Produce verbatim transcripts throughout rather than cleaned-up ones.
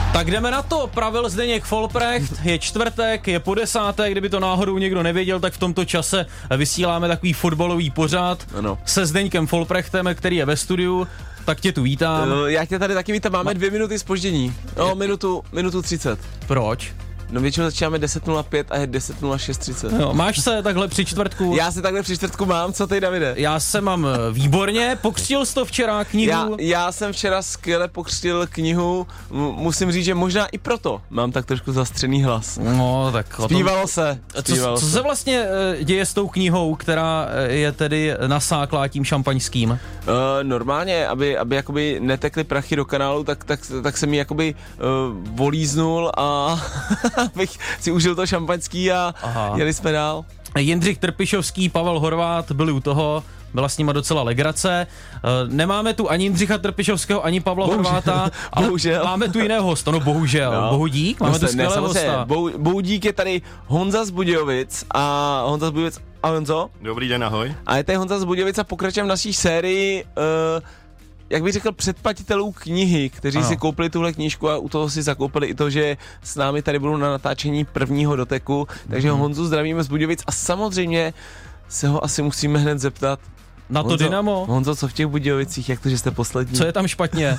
Tak jdeme na to, pravil Zdeněk Folprecht, je čtvrtek, je po desáté, kdyby to náhodou někdo nevěděl, tak v tomto čase vysíláme takový fotbalový pořad ano. se Zdeňkem Folprechtem, který je ve studiu, tak tě tu vítám. Uh, já tě tady taky vítám, máme dvě minuty zpoždění, no minutu, minutu třicet. Proč? No většinou začínáme deset nula pět a je deset nula šest třicet. No, máš se takhle při čtvrtku? Já se takhle při čtvrtku mám, co ty, Davide? Já se mám výborně, pokřtil jsi to včera knihu? Já, já jsem včera skvěle pokřtil knihu, M- musím říct, že možná i proto mám tak trošku zastřený hlas. No, tak Zpívalo se. Zpívalo co, co se vlastně děje s tou knihou, která je tedy nasáklá tím šampaňským? Uh, normálně, aby, aby jakoby netekly prachy do kanálu, tak, tak, tak jsem ji jakoby uh, volíznul a abych si užil to šampaňský a Aha. jeli jsme dál. Jindřich Trpišovský, Pavel Horvát byli u toho, byla s nima docela legrace. Nemáme tu ani Jindřicha Trpišovského, ani Pavla bohužel. Horváta, ale bohužel. Máme tu jiného hosta, no bohužel, no. Bohudík, máme no, tu skvělého hosta. Bohudík je tady Honza z Budějovic a Honza z Budějovic, a Honzo? Dobrý den, ahoj. A je tady Honza z Budějovic a pokračujeme v naší sérii uh, jak bych řekl, předplatitelů knihy, kteří ano. si koupili tuhle knížku a u toho si zakoupili i to, že s námi tady budou na natáčení prvního doteku. Takže mm-hmm. Honzu zdravíme z Budějovic a samozřejmě se ho asi musíme hned zeptat. Na to Honzo, Dynamo? Honzo, co v těch Budějovicích, jak to, že jste poslední? Co je tam špatně?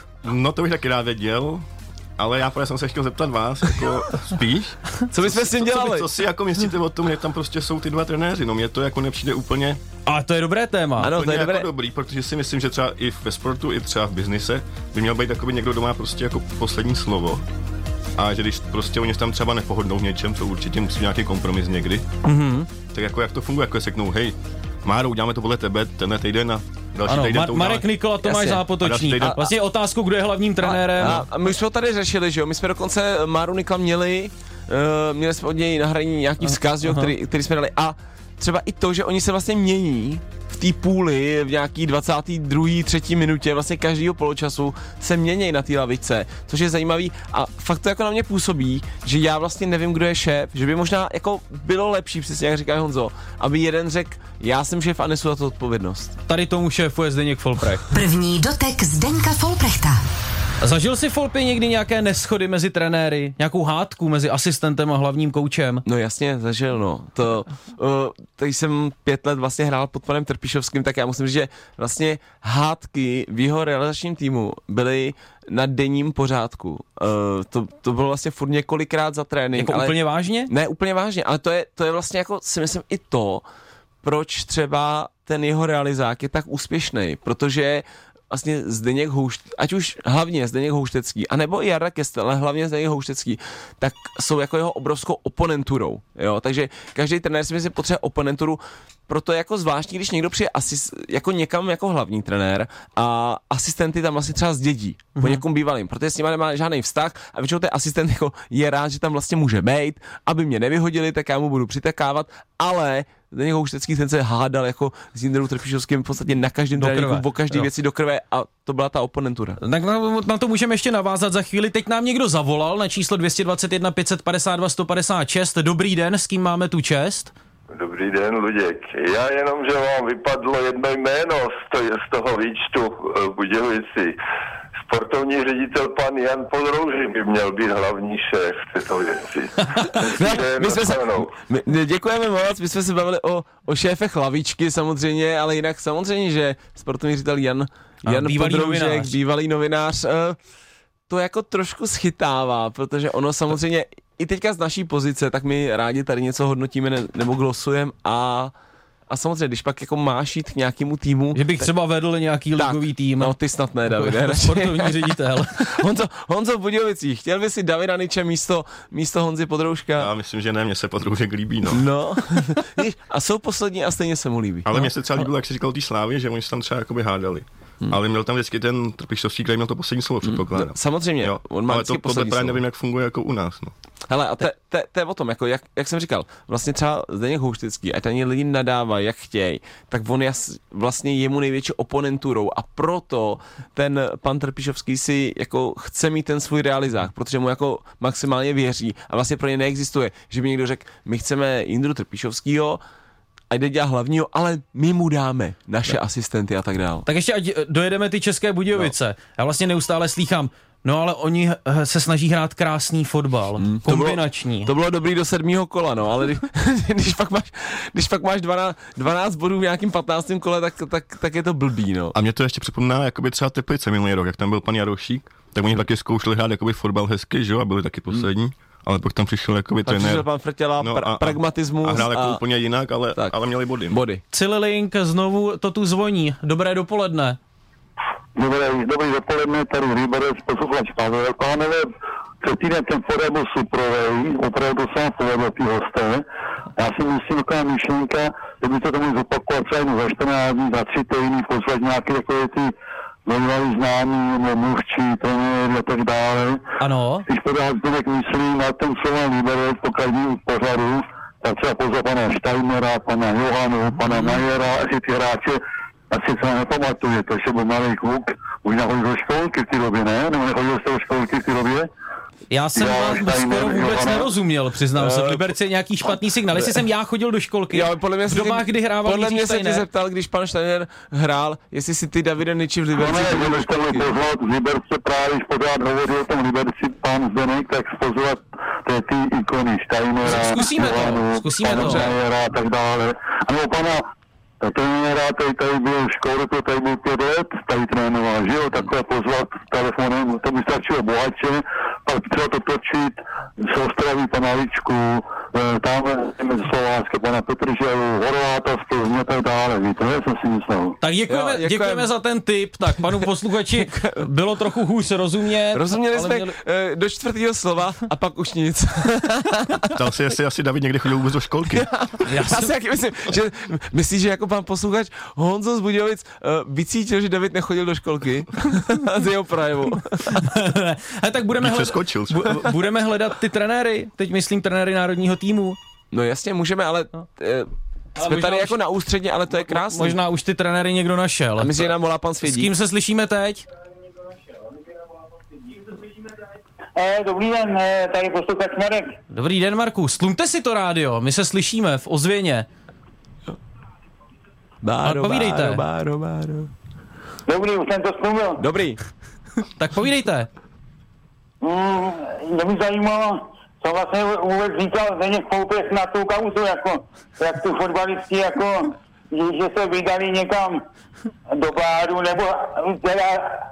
No to bych taky rád věděl. Ale já právě jsem se chtěl zeptat vás, jako spíš. Co bychom s tím dělali? Co, co, co si jako myslíte o tom, že tam prostě jsou ty dva trenéři? No mně to jako nepřijde úplně... A to je dobré téma. Ano, to je jako dobré. dobrý, protože si myslím, že třeba i ve sportu, i třeba v biznise by měl být takový někdo, kdo má prostě jako poslední slovo. A že když prostě oni tam třeba nepohodnou v něčem, to určitě musí nějaký kompromis někdy. Mm-hmm. Tak jako jak to funguje, jako řeknou, hej, Máro, uděláme to podle tebe, tenhle týden a další ano, týden Mar- to Marek Nikola, Tomáš Zápotočník. A vlastně otázku, kdo je hlavním trenérem. A, a my jsme to tady řešili, že jo, my jsme dokonce Máru Nikola měli, uh, měli jsme od něj nahraní nějaký vzkaz, jo, který, který jsme dali a třeba i to, že oni se vlastně mění v té půli v nějaký dvacáté druhé třetí minutě vlastně každýho poločasu se mění na té lavice, což je zajímavý a fakt to jako na mě působí, že já vlastně nevím, kdo je šéf, že by možná jako bylo lepší, přesně jak říká Honzo, aby jeden řekl, já jsem šéf a nesu za to odpovědnost. Tady tomu šéfuje Zdeněk Folprecht. První dotek Zdenka Folprechta. Zažil jsi, Folpi, někdy nějaké neschody mezi trenéry, nějakou hádku mezi asistentem a hlavním koučem? No jasně, zažil, no. To, uh, teď jsem pět let vlastně hrál pod panem Trpišovským, tak já musím říct, že vlastně hádky v jeho realizačním týmu byly na denním pořádku. Uh, to, to bylo vlastně furt několikrát za trénink. Jako ale, úplně vážně? Ne, úplně vážně, ale to je, to je vlastně jako, si myslím, i to, proč třeba ten jeho realizák je tak úspěšný, protože vlastně Zdeněk Houšt, ať už hlavně Zdeněk Houštecký, anebo i Jarda Kestel, ale hlavně Zdeněk Houštecký, tak jsou jako jeho obrovskou oponenturou, jo, takže každý trenér si myslí, potřebuje oponenturu, proto je jako zvláštní, když někdo přijde asis, jako někam jako hlavní trenér a asistenty tam vlastně třeba zdědí, mm-hmm. po někom bývalým, protože s nima nemá žádný vztah a většinou ten asistent jako je rád, že tam vlastně může být, aby mě nevyhodili, tak já mu budu přitakávat, ale Zdeněk Houštecký ten se hádal jako s Jindrou Trpišovským v podstatě na každém tréninku, o každé věci do krve a to byla ta oponentura. Tak na, na to můžeme ještě navázat za chvíli. Teď nám někdo zavolal na číslo dvě stě dvacet jedna pět set padesát dva sto padesát šest. Dobrý den, s kým máme tu čest? Dobrý den, Luděk. Já jenom, že vám vypadlo jedno jméno z, to, z toho výčtu v Budějovici. Sportovní ředitel pan Jan Podrouží by měl být hlavní šéf této věci. my jsme se, my, děkujeme moc, my jsme se bavili o, o šéfech lavičky samozřejmě, ale jinak samozřejmě, že sportovní ředitel Jan, Jan bývalý Podroužek, novinář. bývalý novinář, to jako trošku schytává, protože ono samozřejmě i teďka z naší pozice, tak my rádi tady něco hodnotíme ne, nebo glosujeme a A samozřejmě, když pak jako máš jít k nějakému týmu... Že bych tak, třeba vedl nějaký tak, ligový tým. No ty snad ne, Davide. Sportovní ředitel. Honzo, Honzo v Budějovicích, chtěl by si Davida Niče místo, místo Honzy Podroužka? Já myslím, že ne, mně se Podroužek líbí, no. No, a jsou poslední a stejně se mu líbí. Ale no. mně se třeba líbilo, jak jsi říkal té Slávy, že oni se tam třeba jakoby hádali. Hmm. Ale měl tam vždycky ten Trpišovský, který měl to poslední slovo, předpokládám. No, samozřejmě, jo. on má ale vždycky to, poslední tohle slovo. nevím, jak funguje jako u nás, no. Hele, a to je o tom, jako jak, jak jsem říkal, vlastně třeba Zdeněk Houštecký, ať ani lidi nadávají, jak chtějí, tak on je vlastně jemu největší oponenturou a proto ten pan Trpišovský si jako chce mít ten svůj realizák, protože mu jako maximálně věří a vlastně pro ně neexistuje, že by někdo řekl, my chceme Jindru Trpišovskýho a jde dělat hlavního, ale my mu dáme naše no. asistenty a tak dále. Tak ještě ať dojedeme ty České Budějovice. No. Já vlastně neustále slýchám, No ale oni se snaží hrát krásný fotbal, hmm, kombinační. To bylo, to bylo dobrý do sedmého kola, no, ale když, když pak máš, když pak máš dvanáct, dvanáct bodů v nějakým patnáctém kole, tak, tak, tak je to blbý, no. A mě to ještě připomíná jakoby třeba Teplice minulý rok, jak tam byl pan Jarošík, tak oni taky zkoušeli hrát jakoby fotbal hezky, že jo, a byli taky poslední. Hmm. Ale pak tam přišel jakoby trenér. Přišel pan Frtěla, no, pra- pragmatismus. A hrál jako a... úplně jinak, ale, ale měli body. Body. Cililink, znovu to tu zvoní. Dobré dopoledne. Dobré, dobrý dopoledne, tady Liberec, posluchač Pavel. Pánové, před týden ten fotbal byl suprovej, opravdu se vám povedlo ty hosté. Já si myslím, taková myšlenka, že by to tomu zopakovat třeba jenom za čtrnáct dní, za tři týdny, pozvat nějaké takové ty zajímavý známí, nebo mluvčí, trenéry a tak dále. Ano. Když pořád Zdeněk myslí na ten Slovan Liberec po každém pořadu, tak třeba pozvat pana Steinera, pana Johanu, pana Majera, asi ty hráče, asi se nepamatuje, to ještě byl malý kluk, už nechodil do školky v té době, ne? Nebo nechodil jste do školky v té době? Já jsem vám skoro vůbec nerozuměl, přiznám se, v Liberci je nějaký špatný signál. Jestli jsem já chodil do školky, jo, podle mě v dobách, kdy hrával podle Jiří mě se Steiner. tě zeptal, když pan Steiner hrál, jestli si ty Davide Niči v Liberci no, chodil ne, do školky. Ne, pozvat v Liberci právě, když pořád hovořil o tom Liberci pán Zdeněk, tak pozvat ty, ty ikony Steinera, zkusíme Johanu, to, zkusíme pana to. Majera a tak dále. A nebo pana trenéra, tady, tady byl v škole, to tady byl pět let, tady trénoval, že jo, takhle pozvat telefonem, to by stačilo bohatě, pak třeba to točit z Ostravy pana Ličku, tam z Slovácka pana Petrželu, Horváta z Plzně a tak dále, víte, já jsem si myslel. Tak děkujeme, jo, děkujeme. děkujeme za ten tip, tak panu posluchači bylo trochu hůř rozumět. Rozuměli jsme měli... do čtvrtého slova a pak už nic. Ptal se, jestli asi David někdy chodil vůbec do školky. Já, jsem... Já si jaký myslím, že myslíš, že jako pan posluchač Honzo z Budějovic uh, vycítil, že David nechodil do školky z jeho projevu. A tak budeme hledat, bu- budeme hledat ty trenéry, teď myslím trenéry národního týmu. No jasně, můžeme, ale... No. Uh, Jsme tady už, jako na ústředně, ale to je krásné. Možná už ty trenéry někdo našel. A myslím, že nám volá pan Svědík. S kým se slyšíme teď? Eh, dobrý den, eh, tady posluchač Marek. Dobrý den, Marku. Stlumte si to rádio, my se slyšíme v ozvěně. Báro, povídejte. báro, báro, báro. Dobrý, už jsem to stlumil. Dobrý. Tak povídejte. Mm, mě by zajímalo, co vlastně vůbec říkal Zdeněk Foupech na tu kauzu, jako, jak tu fotbalisti, jako, že se vydali někam do báru, nebo teda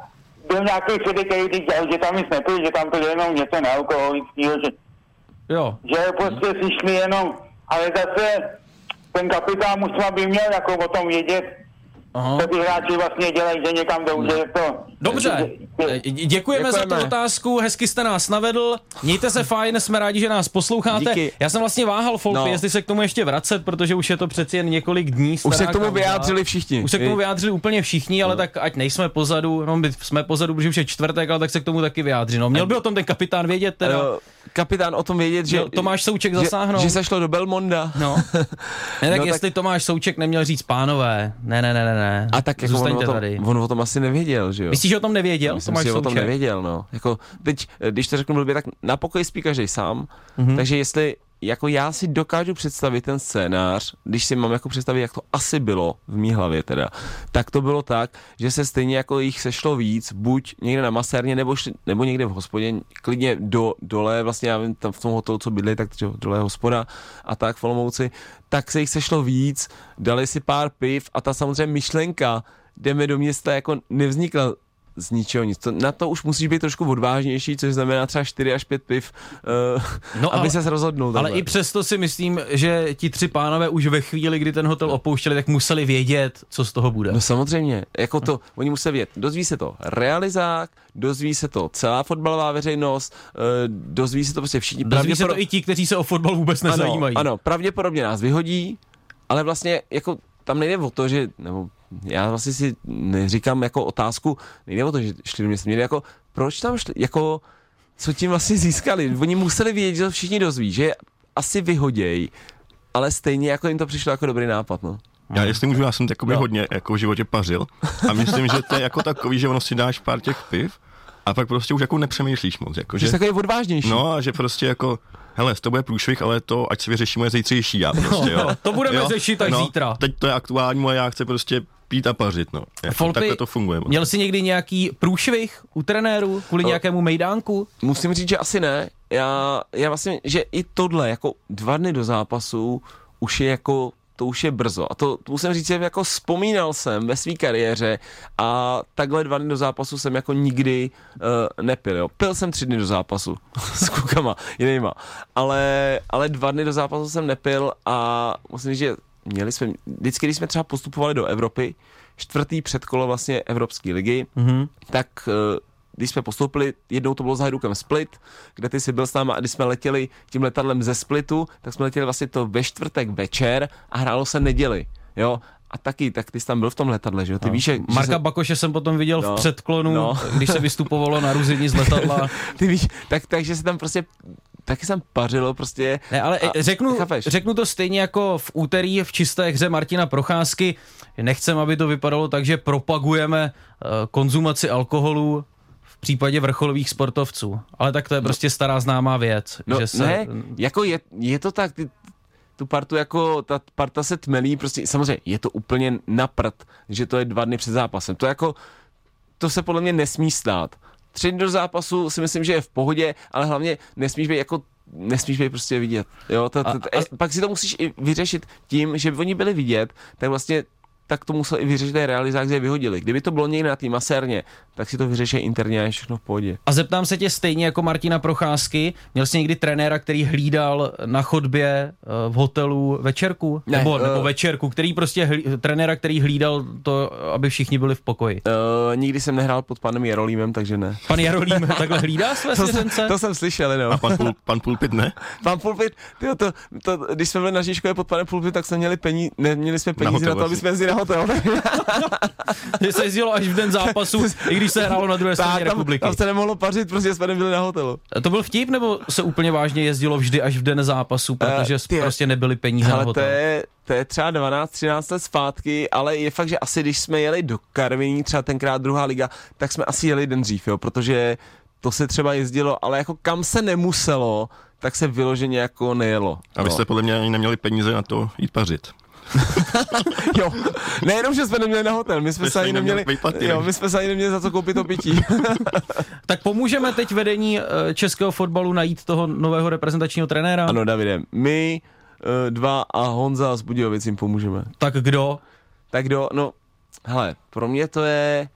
byl nějaký svědek, který říkal, že tam nic nepil, že tam to je jenom něco nealkoholického, že, jo. že prostě si šli jenom, ale zase ten kapitán mužstva by měl jako o tom vědět, aha, co ty hráči vlastně dělají, že někam jdou, že je to... Dobře, děkujeme, děkujeme za tu otázku, hezky jste nás navedl, mějte se fajn, jsme rádi, že nás posloucháte. Díky. Já jsem vlastně váhal, Folpy, no. jestli se k tomu ještě vracet, protože už je to přeci jen několik dní. Už se k tomu vyjádřili všichni. Už se k tomu vyjádřili úplně všichni, ale no. tak ať nejsme pozadu, no my jsme pozadu, protože už je čtvrtek, ale tak se k tomu taky vyjádří. No, měl by o tom ten kapitán vědět teda. Uh, kapitán o tom vědět, že... No, Tomáš Souček zasáhnout. Že, že se šlo do Belmonda. No. Ne, tak no, jestli tak... Tomáš Souček neměl říct pánové, ne, ne, ne, ne, ne. A tak jako on o, tom, on o tom asi nevěděl, že jo? Myslíš, že o tom nevěděl? Myslím si, že o tom nevěděl, no. Jako teď, když to řeknu blbě, tak na pokoji spí každý sám, mm-hmm. takže jestli, jako já si dokážu představit ten scénář, když si mám jako představit, jak to asi bylo v mý hlavě teda, tak to bylo tak, že se stejně jako jich sešlo víc, buď někde na masérně, nebo, šli, nebo někde v hospodě, klidně do, dole, vlastně já vím, tam v tom hotelu, co bydli, tak dole je hospoda a tak v Olomouci, tak se jich sešlo víc, dali si pár piv a ta samozřejmě myšlenka, jdeme do města, jako nevznikla z ničeho nic. To, na to už musíš být trošku odvážnější, což znamená třeba čtyři až pět piv, uh, no aby ses rozhodnul. Ale i přesto si myslím, že ti tři pánové už ve chvíli, kdy ten hotel opouštěli, tak museli vědět, co z toho bude. No samozřejmě, jako to, hm. oni museli vědět. Dozví se to realizák, dozví se to celá fotbalová veřejnost, uh, dozví se to prostě všichni. Dozví se to i ti, kteří se o fotbal vůbec nezajímají. Ano, ano, pravděpodobně nás vyhodí, ale vlastně jako tam nejde o to, že, nebo já vlastně si neříkám jako otázku, nejde o to, že šli do města, nejde jako, proč tam šli, jako, co tím vlastně získali, oni museli vědět, že to všichni dozví, že asi vyhoděj, ale stejně jako jim to přišlo jako dobrý nápad, no. Já jestli můžu, já jsem takový no. hodně jako v životě pařil a myslím, že to je jako takový, že ono si dáš pár těch piv a pak prostě už jako nepřemýšlíš moc, jako, že jsi takový odvážnější. No a že prostě jako hele, to bude průšvih, ale to, ať si vyřešíme zítřejší já prostě, jo. No, to budeme jo? řešit až no, zítra. Teď to je aktuální, ale já chci prostě pít a pařit, no. Jako, takhle to funguje. Měl jsi někdy nějaký průšvih u trenéru kvůli no. nějakému mejdánku? Musím říct, že asi ne. Já, já vlastně, že i tohle, jako dva dny do zápasu, už je jako, to už je brzo. A to, to musím říct, že jako vzpomínal jsem ve své kariéře a takhle dva dny do zápasu jsem jako nikdy uh, nepil, jo. Pil jsem tři dny do zápasu s klukama, jinýma. Ale, ale dva dny do zápasu jsem nepil a musím říct, že měli jsme, vždycky, když jsme třeba postupovali do Evropy, čtvrtý předkolo vlastně Evropské ligy, mm-hmm. tak uh, když jsme postoupili, jednou to bylo s Hajdukem Split, kde ty jsi byl s náma a když jsme letěli tím letadlem ze Splitu, tak jsme letěli vlastně to ve čtvrtek večer a hrálo se neděli, jo. A taky, tak ty jsi tam byl v tom letadle, že jo? Ty no. víš, že Marka se... Bakoše jsem potom viděl no. v předklonu, no. když se vystupovalo na Ruzini z letadla. Ty víš, tak, takže se tam prostě taky jsem pařilo prostě. Ne, ale a, řeknu, řeknu to stejně jako v úterý v čisté hře Martina Procházky. Nechcem, aby to vypadalo tak, že propagujeme uh, konzumaci alkoholu v případě vrcholových sportovců. Ale tak to je no. prostě stará známá věc. No že se... ne, jako je, je to tak, ty, tu partu jako, ta parta se tmelí, prostě samozřejmě je to úplně na prd, že to je dva dny před zápasem. To jako, to se podle mě nesmí stát. Tři dny do zápasu si myslím, že je v pohodě, ale hlavně nesmíš být jako, nesmíš být prostě vidět. Jo, to, to, to, a, a pak si to musíš i vyřešit tím, že by oni byli vidět, tak vlastně tak to musel i vyřešit ten realizák, že je vyhodili. Kdyby to bylo někde na té masérně, tak si to vyřeší interně a je všechno v pohodě. A zeptám se tě stejně jako Martina Procházky, měl jsi někdy trenéra, který hlídal na chodbě v hotelu večerku? Ne, nebo, uh, nebo večerku, který prostě hlí, trenéra, který hlídal to, aby všichni byli v pokoji? Uh, nikdy jsem nehrál pod panem Jarolímem, takže ne. Pan Jarolím takhle hlídá své svěřence? To jsem slyšel, no. A pan, pul, pan Pulpit ne? Pan Pulpit, tyjo, to, to, když jsme byli na Žižkově pod panem Pulpit, tak jsme měli peníze, neměli jsme peníze na, na to, aby jsme jezdili na hotel. Že se jezdilo až v den zápasu, i když se hrálo na druhé straně republiky. Tam se nemohlo pařit, protože jsme nebyli na hotelu. To byl vtip, nebo se úplně vážně jezdilo vždy až v den zápasu, protože uh, ty, prostě nebyly peníze ale na hotel? To je, to je třeba dvanáct třináct let zpátky, ale je fakt, že asi když jsme jeli do Karviní, třeba tenkrát druhá liga, tak jsme asi jeli den dřív, jo, protože to se třeba jezdilo, ale jako kam se nemuselo, tak se vyloženě jako nejelo. A vy jste podle mě ani neměli peníze na to jít pařit. Jo, nejenom, že jsme neměli na hotel, my jsme my se ani neměli, vyplaty, jo, my jsme se ani neměli za co koupit to pití. Tak pomůžeme teď vedení českého fotbalu najít toho nového reprezentačního trenéra? Ano, Davide, my dva a Honza z Budějovic jim pomůžeme. Tak kdo? Tak kdo, no, hele, pro mě to je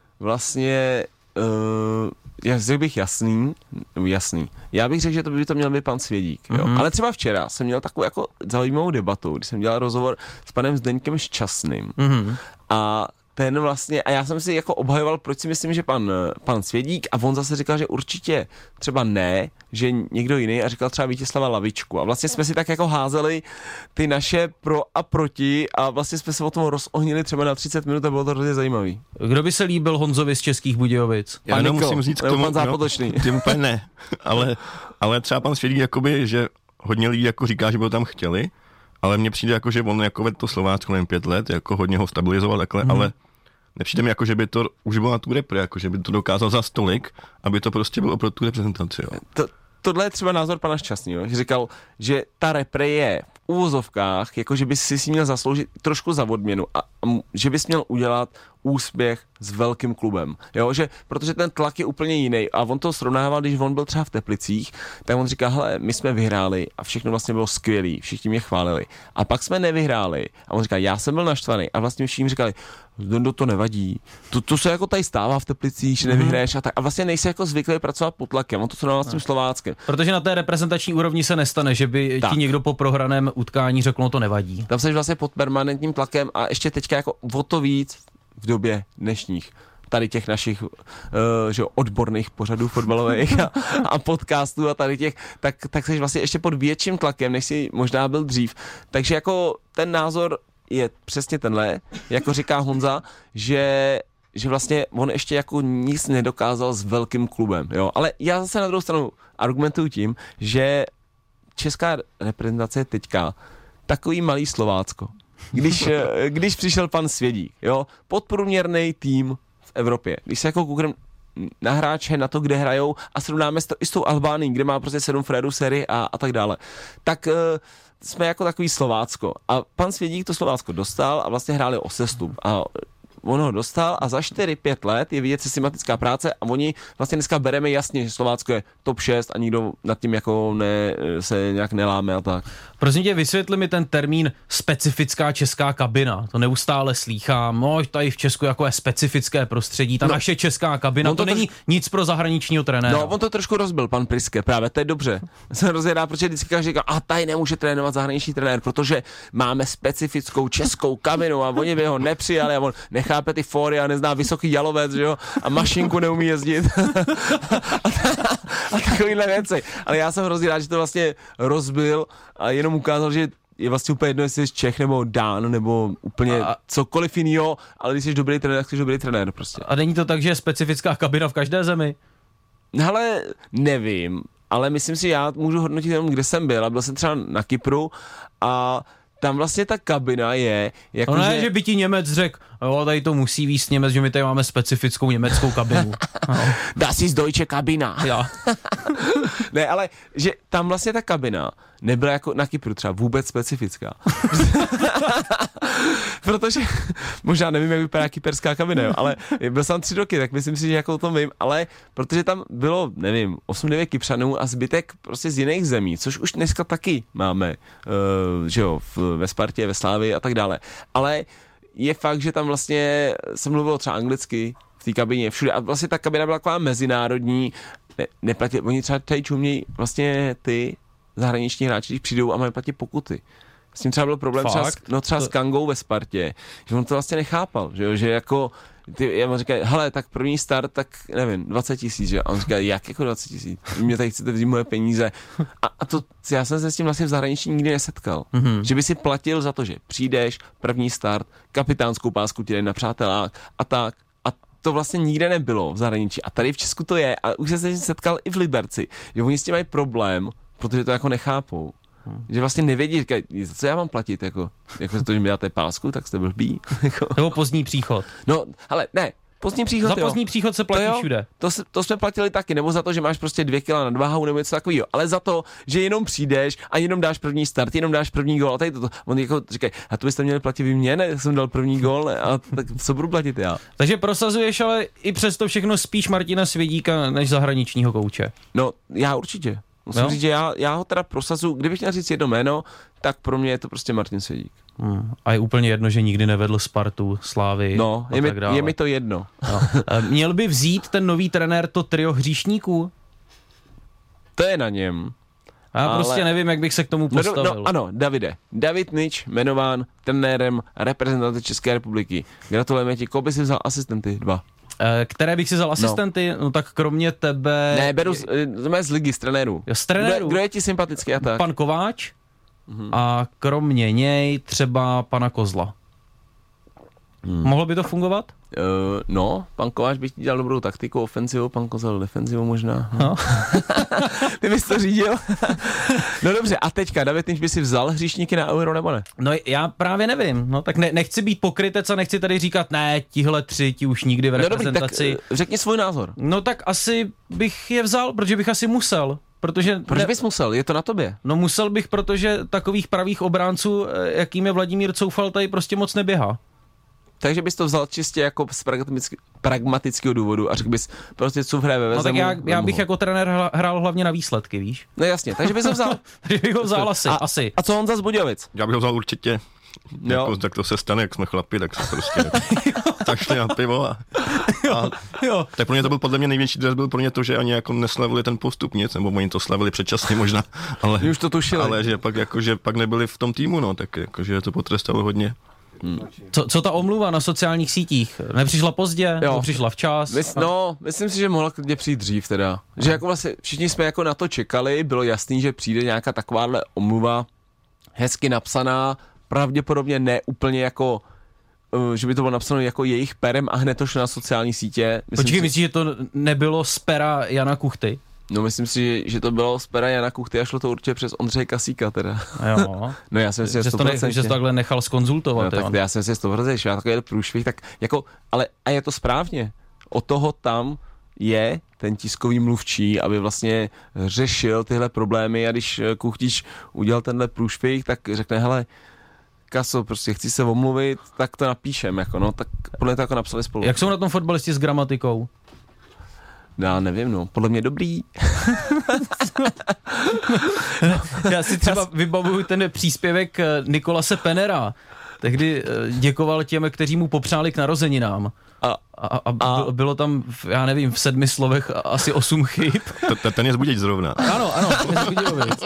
vlastně, uh, já řekl bych jasný, jasný. Já bych řekl, že to by to měl být pan Svědík, jo. Mm-hmm. Ale třeba včera jsem měl takovou jako zajímavou debatu, když jsem dělal rozhovor s panem Zdeňkem Šťastným. Mm-hmm. A ten vlastně, a já jsem si jako obhajoval, proč si myslím, že pan, pan Svědík, a on zase říkal, že určitě třeba ne, že někdo jiný, a říkal třeba Vítězslava Lavičku. A vlastně jsme si tak jako házeli ty naše pro a proti a vlastně jsme se o tom rozohnili třeba na třicet minut a bylo to hrozně zajímavý. Kdo by se líbil Honzovi z Českých Budějovic? Já pan nemusím říct k tomu, pan Zápotočný. No, tím úplně ne, ale, ale třeba pan Svědík, jakoby, že hodně lidí jako říká, že by ho tam chtěli, ale mně přijde jako, že on jako vedl to Slovácko nevím pět let, jako hodně ho stabilizoval takhle, hmm. ale nepřijde mi jako, že by to už bylo na tu repre, jako že by to dokázal za stolik, aby to prostě bylo pro tu reprezentaci. Jo. To, tohle je třeba názor pana Šťastného, že říkal, že ta repre je v úvozovkách, jako že by si si měl zasloužit trošku za odměnu a, a že bys měl udělat úspěch s velkým klubem, jo, že, protože ten tlak je úplně jiný a on to srovnával, když on byl třeba v Teplicích, tak on říká, hele, my jsme vyhráli a všechno vlastně bylo skvělý, všichni mě chválili a pak jsme nevyhráli a on říká, já jsem byl naštvaný a vlastně všichni říkali, Dondo, to nevadí, to, to se jako tady stává v Teplicích, že nevyhraješ a tak a vlastně nejsi jako zvyklý pracovat pod tlakem, on to srovnával s tím Slováckem. Protože na té reprezentační úrovni se nestane, že by tak. ti někdo po prohraném utkání řekl, no to nevadí. Tam jsi vlastně pod permanentním tlakem a ještě teďka jako o to víc v době dnešních tady těch našich uh, že odborných pořadů fotbalových a, a podcastů a tady těch, tak, tak jsi vlastně ještě pod větším tlakem, než jsi možná byl dřív. Takže jako ten názor je přesně tenhle, jako říká Honza, že že vlastně on ještě jako nic nedokázal s velkým klubem, jo. Ale já zase na druhou stranu argumentuju tím, že česká reprezentace je teďka takový malý Slovácko. Když, když přišel pan Svědík, jo, podprůměrný tým v Evropě. Když se jako kouknem na hráče, na to, kde hrajou a srovnáme to i s tou Albánií, kde má prostě sedm frérů sérii a, a tak dále. Tak uh, jsme jako takový Slovácko. A pan Svědík to Slovácko dostal a vlastně hráli o sestup. A on ho dostal a za čtyři pět let je vidět systematická práce a oni vlastně dneska bereme jasně, že Slovácko je top šest a nikdo nad tím jako ne, se nějak neláme a tak. Prosím tě, vysvětli mi ten termín specifická česká kabina. To neustále slýchám. No, tady v Česku jako je specifické prostředí. Ta no, naše česká kabina, to, to není troš... nic pro zahraničního trenéra. No, on to trošku rozbil, pan Priske, právě, to je dobře. Se rozjedá, protože vždycky každý říká, a tady nemůže trénovat zahraniční trenér, protože máme specifickou českou kabinu a oni by ho nepřijali a on nechápe ty fóry a nezná vysoký jalovec, že jo, a mašinku neumí jezdit. a, a takovýhle věci. Ale já jsem hrozně rád, že to vlastně rozbil a jenom ukázal, že je vlastně úplně jedno, jestli jsi Čech nebo Dán, nebo úplně a, cokoliv jiného, ale když jsi dobrý trenér, tak jsi dobrý trenér prostě. A není to tak, že je specifická kabina v každé zemi? Hele, nevím, ale myslím si, já můžu hodnotit jenom, kde jsem byl. A byl jsem třeba na Kypru a tam vlastně ta kabina je jako, no ne, že... že by ti Němec řekl, jo, tady to musí víc Němec, že my tady máme specifickou německou kabinu. No. Das ist deutsche Kabina. Ja. Ne, ale že tam vlastně ta kabina nebyla jako na Kypru třeba vůbec specifická. Protože, možná nevím, jak vypadá kyperská kabina, jo, ale byl jsem tři roky, tak myslím si, že jako o tom vím, ale protože tam bylo, nevím, osm devět Kypřanů a zbytek prostě z jiných zemí, což už dneska taky máme, uh, že jo, v, ve Spartě, ve Slávii a tak dále. Ale je fakt, že tam vlastně se mluvilo třeba anglicky v té kabině, všude a vlastně ta kabina byla taková mezinárodní, ne, neplatí, oni třeba tady čumějí vlastně ty zahraniční hráči, když přijdou a mají platit pokuty. S tím třeba byl problém třeba, s, no třeba to... s Kangou ve Spartě, že on to vlastně nechápal, že, jo, že jako, ty, já mu říkal, hele, tak první start, tak nevím, dvacet tisíc, že? A on říkal, jak jako dvacet tisíc? Vy mě tady chcete vzít moje peníze. A, a to, já jsem se s tím vlastně v zahraničí nikdy nesetkal. Mm-hmm. Že by si platil za to, že přijdeš, první start, kapitánskou pásku ti dají na přátelák a tak. A to vlastně nikde nebylo v zahraničí. A tady v Česku to je. A už jsem se setkal i v Liberci, že oni s tím mají problém, protože to jako nechápou. Hmm. Že vlastně nevědí, říkají, co já mám platit, jako, jako to, že mi dáte pásku, tak jste blbý. Nebo pozdní příchod. No, ale ne, pozdní příchod, Za pozdní jo. příchod se platí to všude. To, to jsme platili taky, nebo za to, že máš prostě dvě kila nadváhu, nebo něco takového, ale za to, že jenom přijdeš a jenom dáš první start, jenom dáš první gól a tady toto. On jako říkají, a to byste měli platit vy mě, ne, jsem dal první gól, ne, a tak co budu platit já. Takže prosazuješ ale i přesto všechno spíš Martina Svědíka než zahraničního kouče. No, já určitě. Musím jo? říct, že já, já ho teda prosazuju, kdybych měl říct jedno jméno, tak pro mě je to prostě Martin Svědík. Hmm. A je úplně jedno, že nikdy nevedl Spartu, Slávy no, a je tak mi, dále. je mi to jedno. No. Měl by vzít ten nový trenér to trio hříšníků? To je na něm. A já ale... prostě nevím, jak bych se k tomu postavil. No, no, ano, Davide. David Nič jmenován trenérem reprezentace České republiky. Gratulujeme ti, koho by si vzal asistenty? Dva. Které bych si vzal asistenty? No, no tak kromě tebe... Ne, beru z, z ligy, z trenérů. Jo, z trenérů. Kdo, kdo je ti sympatický a tak? Pan Kováč mhm. a kromě něj třeba pana Kozla. Hmm. Mohlo by to fungovat? Uh, no, pan Kováč by ti dělal dobrou taktiku, ofenzivu, pan Kozel defenzivu možná. No. Ty bys to řídil? No dobře, a teďka, David Nič by si vzal hříšníky na Euro nebo ne? No já právě nevím, no tak ne, nechci být pokrytec a nechci tady říkat, ne, tihle tři, ti už nikdy v reprezentaci. No dobrý, tak řekni svůj názor. No tak asi bych je vzal, protože bych asi musel. Protože Proč ne... bys musel? Je to na tobě. No musel bych, protože takových pravých obránců, jakým je Vladimír Coufal, tady prostě moc neběhá. Takže bys to vzal čistě jako z pragmatický, pragmatického důvodu a řekl bys prostě co hraje ve Vezemu. No tak já, já bych jako trenér hrál hlavně na výsledky, víš? No jasně, takže bys ho vzal. takže bych ho vzal asi, a, asi. A co Honza z Budějovic? Já bych ho vzal určitě. Jako, tak to se stane, jak jsme chlapi, tak se prostě tak šli na pivo a, a jo, jo. tak pro mě to byl podle mě největší dres, byl pro mě to, že ani jako neslavili ten postup nic, nebo oni to slavili předčasně možná, ale, už to tušili. Ale že pak, jako, že pak nebyli v tom týmu, no, tak jako, že to potrestalo hodně. Hmm. Co, co ta omluva na sociálních sítích? Nepřišla pozdě, nebo přišla včas? Mys, no, myslím si, že mohla klidně přijít dřív teda. Že jako vlastně všichni jsme jako na to čekali, bylo jasný, že přijde nějaká takováhle omluva, hezky napsaná, pravděpodobně ne úplně jako, uh, že by to bylo napsáno jako jejich perem a hned to šlo na sociální sítě. Myslím Počkej, si, myslíš, že to nebylo z pera Jana Kuchty? No myslím si, že to bylo z pera Jana Kuchty a šlo to určitě přes Ondřeje Kasíka teda. Jo. No já jsem si že, to ne, že to takhle nechal zkonzultovat. No, tak já jsem si sto procent, že já takový průšvih, tak jako, ale a je to správně. Od toho tam je ten tiskový mluvčí, aby vlastně řešil tyhle problémy a když Kuchtič udělal tenhle průšvih, tak řekne, hele, Kaso, prostě chci se omluvit, tak to napíšem, jako no, tak podle toho jako napsali spolu. Jak jsou na tom fotbalisti s gramatikou? Já nevím, no, podle mě dobrý. Já si třeba vybavuju ten příspěvek Nikolase Penera, tehdy děkoval těm, kteří mu popřáli k narozeninám. A, a, a, a bylo tam, já nevím, v sedmi slovech asi osm chyb. Ten je zbuděč zrovna. Ano, ano, ten je zbudějovic.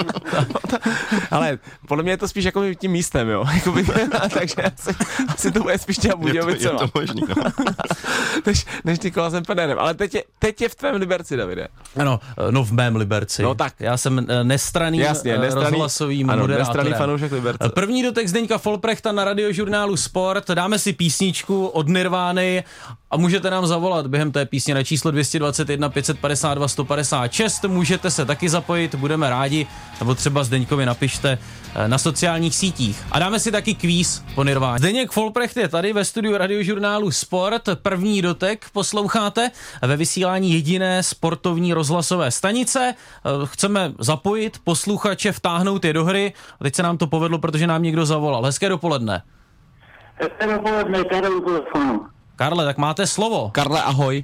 Ale podle mě je to spíš jako tím místem, jo. Jakoby, takže asi, asi to bude spíš těm Budějovicem. Je to, je to možný, no. než, než Nikolasem Penerem. Ale teď je, teď je v tvém Liberci, Davide. Ano, no v mém Liberci. No tak. Já jsem nestranný, Jasně, nestranný rozhlasový ano, moderátorem. Nestranný fanoušek Liberce. První dotek Zdeňka Folprechta na radiožurnálu Sport. Dáme si písničku od Nirvány a můžete nám zavolat během té písně na číslo dvě stě dvacet jedna pět set padesát dva sto padesát šest. Můžete se taky zapojit, budeme rádi, nebo třeba Zdeňkovi napište na sociálních sítích. A dáme si taky kvíz po Nirváně. Zdeněk Folprecht je tady ve studiu radiožurnálu Sport. První dotek posloucháte ve vysílání jediné sportovní rozhlasové stanice. Chceme zapojit posluchače, vtáhnout je do hry. A teď se nám to povedlo, protože nám někdo zavolal. Hezké dopoledne. Hezké dopoledne, Karel u telefonu. Karle, tak máte slovo. Karle, ahoj.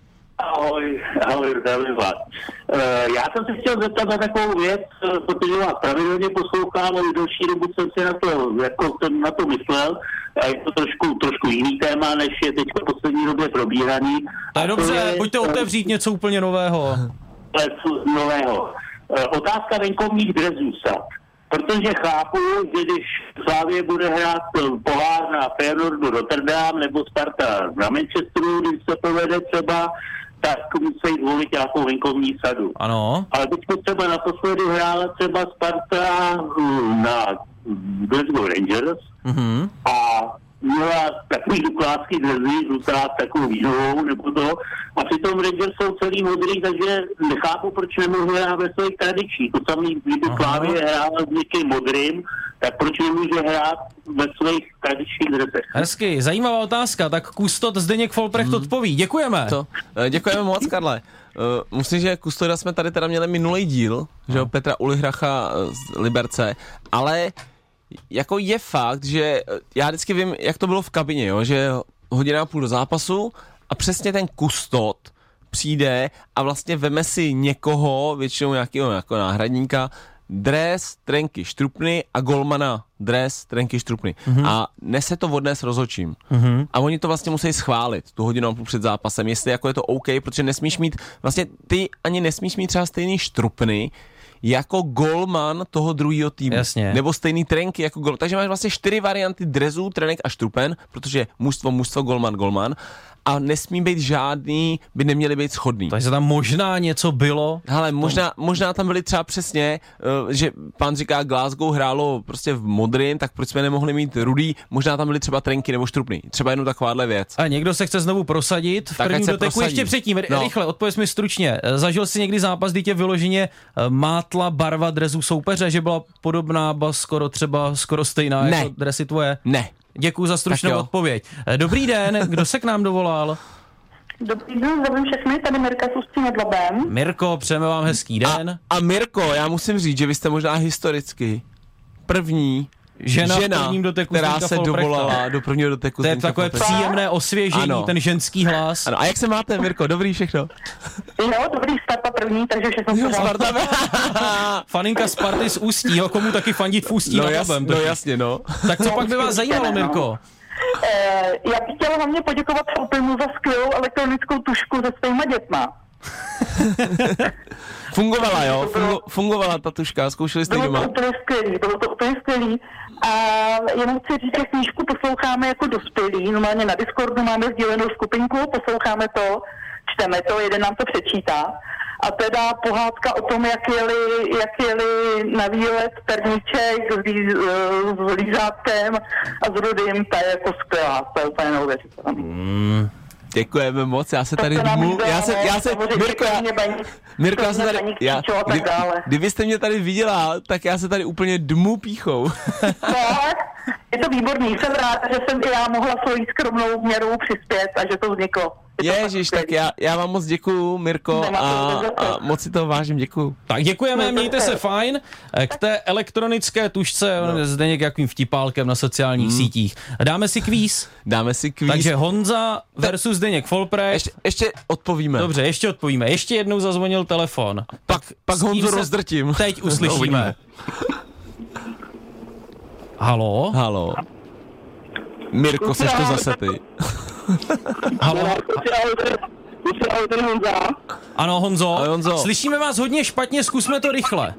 Ahoj, ahoj, zdravím vás. Uh, já jsem se chtěl zeptat na takovou věc, protože vás pravidelně poslouchám, ale delší dobu jsem si na to, jako jsem na to myslel, a je to trošku, trošku jiný téma, než je teď v poslední době probíraný. To je dobře, je, pojďte otevřít něco úplně nového. Nového. Uh, otázka venkovních drezů sad. Protože chápu, že když Slavie bude hrát pohár na Feyenoordu Rotterdam nebo Sparta na Manchesteru, když se povede třeba, tak musí zvolit nějakou venkovní sadu. Ano. Ale teď třeba naposledy hrála třeba Sparta na Glasgow Rangers mm-hmm. a měla takový duklásky dveří, žlutá takovou vínovou nebo to. A přitom Rangers jsou celý modrý, takže nechápu, proč nemohli hrát ve svých tradičních. To samý, kdyby Slavie hrála s někým modrým, tak proč nemůže hrát ve svých tradičních dresech? Hezky, zajímavá otázka, tak kustot Zdeněk Folprecht hmm. odpoví. Děkujeme. To, děkujeme moc, Karle. Uh, musím, že kustoda jsme tady teda měli minulý díl, no. že jo, Petra Ulihracha z Liberce, ale jako je fakt, že já vždycky vím, jak to bylo v kabině, jo, že hodina a půl do zápasu a přesně ten kustot přijde a vlastně veme si někoho, většinou nějakého jako náhradníka, dres, trenky, štrupny a golmana dres, trenky, štrupny. Mm-hmm. A nese to odnes rozhodčím. Mm-hmm. A oni to vlastně musí schválit tu hodinu a půl před zápasem, jestli jako je to OK, protože nesmíš mít, vlastně ty ani nesmíš mít třeba stejný štrupny, jako golman toho druhého týmu. Jasně. Nebo stejný trenky jako gol. Takže máš vlastně čtyři varianty drezů, trenek a štrupen, protože mužstvo, mužstvo, golman, golman. A nesmí být žádný, by neměly být shodný. Takže tam možná něco bylo. Hele, možná, možná tam byly třeba přesně, uh, že pán říká, Glasgow hrálo prostě v modrým, tak proč jsme nemohli mít rudý, možná tam byly třeba trenky nebo štrupny. Třeba jenom takováhle věc. A někdo se chce znovu prosadit v tak prvním doteku. Ještě předtím, no. rychle, odpověz mi stručně. Zažil jsi někdy zápas, kdy tě vyloženě mátla barva dresu soupeře, že byla podobná, ba skoro třeba skoro stejná ne. jako dresy tvoje? Ne. Děkuji za stručnou odpověď. Dobrý den, kdo se k nám dovolal? Dobrý den, zdravím všechny, tady Mirka s Ústí nad Labem. Mirko, přejeme vám hezký den. A, a Mirko, já musím říct, že vy jste možná historicky první žena, žena doteku která se Folprechta. dovolala do prvního doteku. To je takové Folprechta. Příjemné osvěžení, ano. ten ženský hlas. Ano. A jak se máte, Mirko? Dobrý všechno? Jo, dobrý, Sparta první, takže všechno Sparta. Faninka Sparty z Ústí, jo, komu taky fandit v Ústí no, nad jas, Labem. No jasně, no. Tak co no, pak by vás zajímalo, Mirko? Eh, já bych chtěla hlavně poděkovat Fopimu za skvělou elektronickou tušku se svýma dětma. Fungovala, jo? Fungo, fungovala ta tuška, zkoušeli jste doma? Bylo to úplně skvělý, bylo to úplně skvělý. A jenom chci říct, že knížku posloucháme jako dospělí, normálně na Discordu máme sdílenou skupinku, posloucháme to, čteme to, jeden nám to přečítá. A teda pohádka o tom, jak jeli, jak jeli na výlet Perníček s, lí, s lízátkem a s Rudým, ta je jako skvělá, to je úplně neuvěřitelné. Mm. Děkujeme moc, já se tady dmu, já se, já se, Mirko, já, Mirko, já se tady, já, kdy, kdybyste mě tady viděla, tak já se tady úplně dmu píchou. Tak, je to výborný, jsem rád, že jsem i já mohla svojí skromnou měrou přispět a že to vzniklo. Ježiš, tak já, já vám moc děkuju, Mirko, a, a moc si to vážím, děkuju. Tak děkujeme, mějte se fajn. K té elektronické tužce, no. Zdeněk jakým vtipálkem na sociálních hmm. sítích. Dáme si kvíz. Dáme si kvíz. Takže Honza versus Zdeněk Folprecht. Ještě, ještě odpovíme. Dobře, ještě odpovíme. Ještě jednou zazvonil telefon. Pak, pak Honzu rozdrtím. Teď uslyšíme. Halo? Halo. Mirko, seš to zase ty. Halo? Honza. Ano, Honzo. Ahoj, Honzo. Slyšíme vás hodně špatně, zkusme to rychle.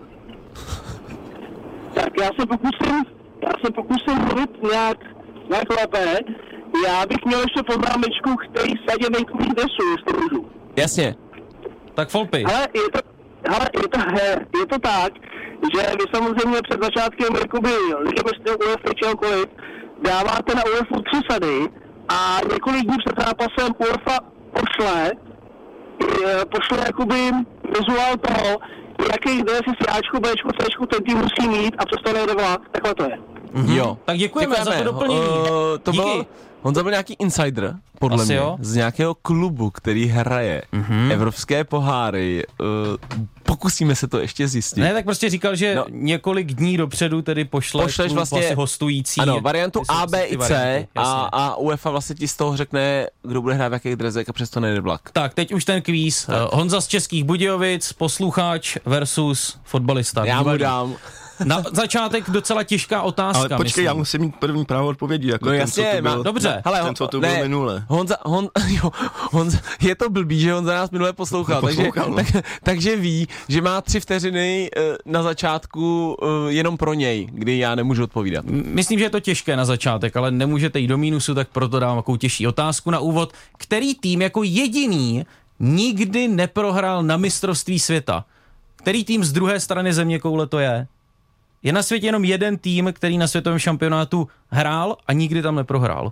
Tak já se pokusím, já se pokusím mluvit nějak, nějak lépe. Já bych měl ještě poznámečku, který sadě nejkůží dresu, jestli můžu. Jasně. Tak Folpy. Ale je to, hele, je to, je to tak, že vy samozřejmě před začátkem jakoby Ligy mistrů UEFA čehokoliv dáváte na UEFA tři sady a několik dní před zápasem UEFA pošle, pošle jakoby vizuál toho, jaký dres si Ačku, Bčku, Cčku ten tým musí mít a přesto nejde vlak. Takhle to je. Mm-hmm. Jo. Tak děkujeme, děkujeme za to doplnění. Uh, to byl, Honza byl nějaký insider, podle Asi mě, jo. z nějakého klubu, který hraje mm-hmm. evropské poháry. Uh, pokusíme se to ještě zjistit. Ne, tak prostě říkal, že no. několik dní dopředu tedy pošle Pošleš klub vlastně, vlastně hostující. Ano, variantu A, B i C a, a UEFA vlastně ti z toho řekne, kdo bude hrát v jakých drezech a přesto nejde vlak. Tak, teď už ten kvíz. Tak. Honza z Českých Budějovic, posluchač versus fotbalista. Já mu dám. Na začátek docela těžká otázka. Ale počkej, myslím. já musím mít první právo odpovědi, jako no ten, jasně, co tu byl, dobře. Hele, ten, co tu ne, byl minule. Honza, hon, jo, Honza, je to blbý, že Honza nás minule poslouchal, takže, no. tak, takže ví, že má tři vteřiny uh, na začátku uh, jenom pro něj, kdy já nemůžu odpovídat. Myslím, že je to těžké na začátek, ale nemůžete jít do mínusu, tak proto dám takovou těžší otázku na úvod. Který tým jako jediný nikdy neprohrál na mistrovství světa? Který tým z druhé strany zeměkoule to je? Je na světě jenom jeden tým, který na světovém šampionátu hrál a nikdy tam neprohrál.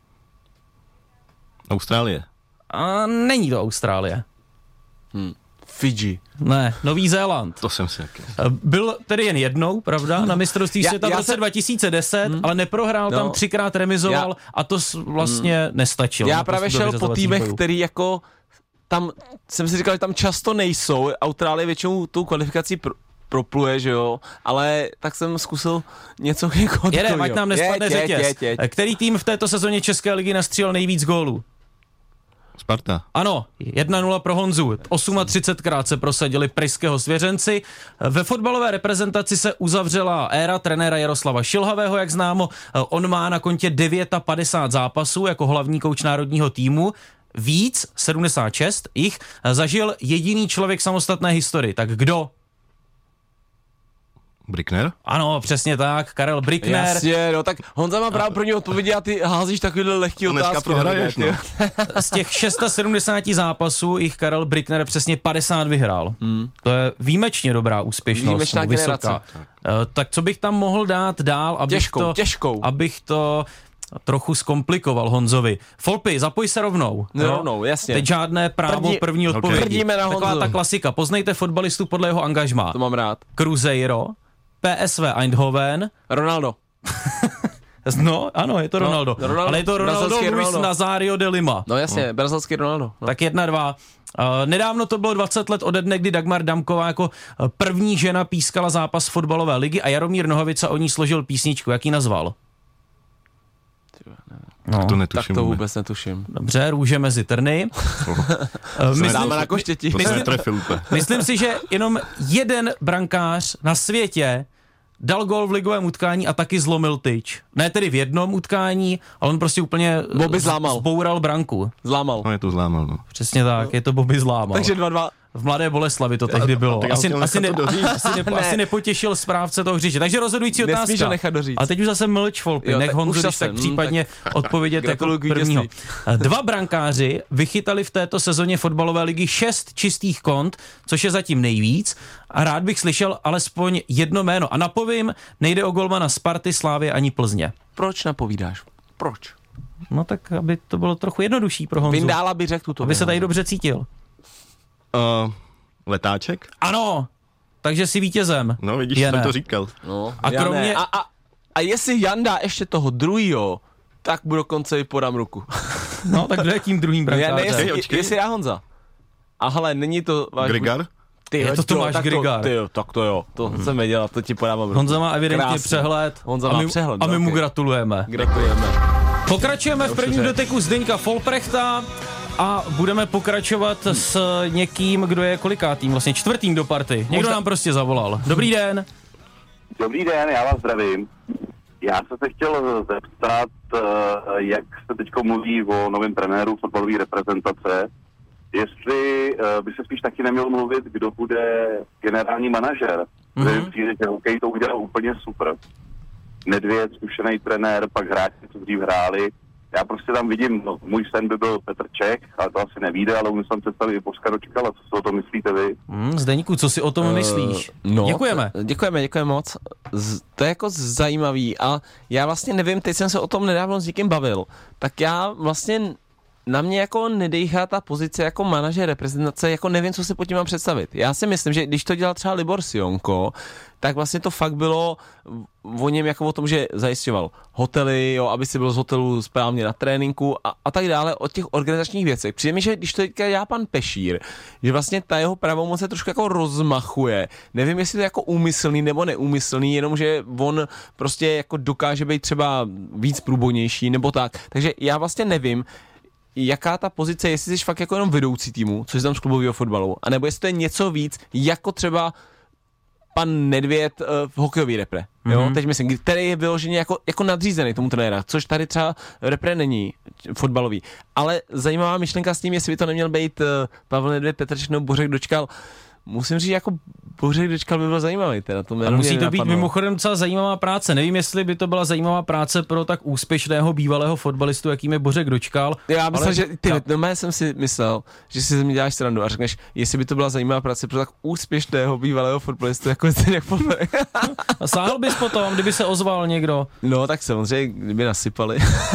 Austrálie. A není to Austrálie. Hmm. Fidži. Ne, Nový Zéland. To jsem si jaký. Byl tedy jen jednou, pravda, na mistrovství světa v roce se... dva tisíce deset, hmm. ale neprohrál, no. tam třikrát remizoval já... a to vlastně hmm. nestačilo. Já právě šel po týmech, který jako tam, jsem si říkal, že tam často nejsou, Austrálie většinou tu kvalifikaci pr- propluje, že jo, ale tak jsem zkusil něco jako Jedem, ať nám nespadne je, řetěz. Je, je, je. Který tým v této sezóně České ligy nastřílel nejvíc gólů? Sparta. Ano, jedna nula pro Honzu. třicetosmkrát se prosadili pražského svěřenci. Ve fotbalové reprezentaci se uzavřela éra trenéra Jaroslava Šilhavého, jak známo. On má na kontě padesát devět zápasů jako hlavní kouč národního týmu. Víc, sedmdesát šest, jich zažil jediný člověk samostatné historii. Tak kdo? Brickner? Ano, přesně tak, Karel Brickner. Jasně, no tak Honza má právě pro ně odpovědi a ty házíš takovýhle lehký otázky. Dneska prohraješ, no. Z těch sedmdesát šest zápasů jich Karel Brickner přesně padesát vyhrál. Hmm. To je výjimečně dobrá úspěšnost. Výjimečná vysoká. generace. Tak. tak co bych tam mohl dát dál, abych těžkou, to... Těžkou. Abych to... trochu zkomplikoval Honzovi. Folpy, zapoj se rovnou. No, rovnou, jasně. Teď žádné právo První, první odpovědi. Prdíme na Honzu. Taková ta klasika. Poznejte fotbalistu podle jeho angažmá. To mám rád. Cruzeiro, P S V Eindhoven. Ronaldo. No, ano, je to no, Ronaldo. Ronaldo. Ale je to Ronaldo Luis Ronaldo. Nazario de Lima. No jasně, no. Brazilský Ronaldo. No. Tak jedna, dva. Uh, nedávno to bylo dvacet let ode dne, kdy Dagmar Damková jako první žena pískala zápas fotbalové ligy a Jaromír Nohavica o ní složil písničku. Jak ji nazval? No, tak to netuším. Tak to vůbec netuším. Dobře, Růže mezi trny. myslím, dáme na koštěti. Myslím, myslím si, že jenom jeden brankář na světě dal gól v ligovém utkání a taky zlomil tyč. Ne tedy v jednom utkání, ale on prostě úplně Bobby zlámal. zboural branku. Zlámal. No je to zlámal, no. Přesně tak, je to Bobby zlámal. Takže dva dva. V Mladé Boleslavi to tehdy bylo. Asi, asi, ne, asi, ne, asi nepotěšil správce toho hřiště. Takže rozhodující otázka. Nesmíš ho nechat doříct. A teď už zase mlč, Folpy. Nech Honzu, tak, tak případně tak odpovědět jako prvního. Dva brankáři vychytali v této sezóně fotbalové ligy šest čistých kont, což je zatím nejvíc. A rád bych slyšel alespoň jedno jméno. A napovím, nejde o golmana Sparty, Slávy ani Plzně. Proč napovídáš? Proč? No tak, aby to bylo trochu jednodušší pro Honzu. Vindála by řekl tuto. Aby se tady dobře cítil. Uh, letáček? Ano, takže si vítězem. No vidíš, Jene. Jsem to říkal. No, a kromě... A, a, a jestli Jan dá ještě toho druhýho, tak mu dokonce i podám ruku. No, tak kdo je tím druhým brankářem? Ne, jestli, jestli, jestli já Honza. A hele, není to váš... Grigar? Ty, je to Tomáš Grigar. Ty, tak to jo, to hmm. jsem věděl, to ti podám. Honza má evidentně Krásný. přehled. Honza a má my, přehled. A my okay. mu gratulujeme. Gratulujeme. Pokračujeme v prvním doteku Zdeňka Folprechta a budeme pokračovat hmm. s někým, kdo je kolikátým, vlastně čtvrtým do party. Někdo Možda... nám prostě zavolal. Dobrý den. Dobrý den, já vás zdravím. Já jsem se chtěl zeptat, jak se teď mluví o novém trenéru fotbalové reprezentace, jestli by se spíš taky neměl mluvit, kdo bude generální manažer. Mm-hmm. Přijde, že hokej to udělal úplně super. Nedvěd, zkušený trenér, pak hráči, co dřív hráli. Já prostě tam vidím, no, můj sen by byl Petr Čech, ale to asi nevíde, ale umím jsem představit i Božka Dočkala. Co si o tom myslíte vy? Mm, Zdeňku, co si o tom uh, myslíš? No, děkujeme. Děkujeme, děkujeme moc. Z, to je jako zajímavý a já vlastně nevím, teď jsem se o tom nedávno s někým bavil, tak já vlastně na mě jako nedejchá ta pozice jako manažer reprezentace, jako nevím, co si pod tím mám představit. Já si myslím, že když to dělal třeba Libor Sionko, tak vlastně to fakt bylo o něm jako o tom, že zajišťoval hotely, jo, aby si byl z hotelu správně na tréninku a, a tak dále, o těch organizačních věcech. Přijde mi, že když to teďka dělá pan Pešír, že vlastně ta jeho pravomoc se trošku jako rozmachuje. Nevím, jestli to je jako úmyslný nebo neúmyslný, jenom že on prostě jako dokáže být třeba víc průbojnější nebo tak. Takže já vlastně nevím, jaká ta pozice, jestli jsi fakt jako jenom vedoucí týmu, což je tam z klubového fotbalu, anebo jestli to je něco víc, jako třeba pan Nedvěd uh, v hokejový repre, jo, mm-hmm. teď myslím, který je vyloženě jako, jako nadřízený tomu trenéra, což tady třeba repre není fotbalový, ale zajímavá myšlenka s tím, jestli by to neměl být uh, Pavel Nedvěd, Petr Čech nebo Bořek Dočkal. Musím říct, jako Bořek Dočkal by byl zajímavý. Teda, to a musí to být mimochodem docela zajímavá práce. Nevím, jestli by to byla zajímavá práce pro tak úspěšného bývalého fotbalistu, jakým je Bořek Dočkal. Já myslím, ale... že ty, normálně jsem si myslel, že si ze mě děláš srandu a řekneš, jestli by to byla zajímavá práce pro tak úspěšného bývalého fotbalistu, jako je Zdeněk Folprech. A sáhl bys potom, kdyby se ozval někdo? No tak samozřejmě, kdyby nasypali.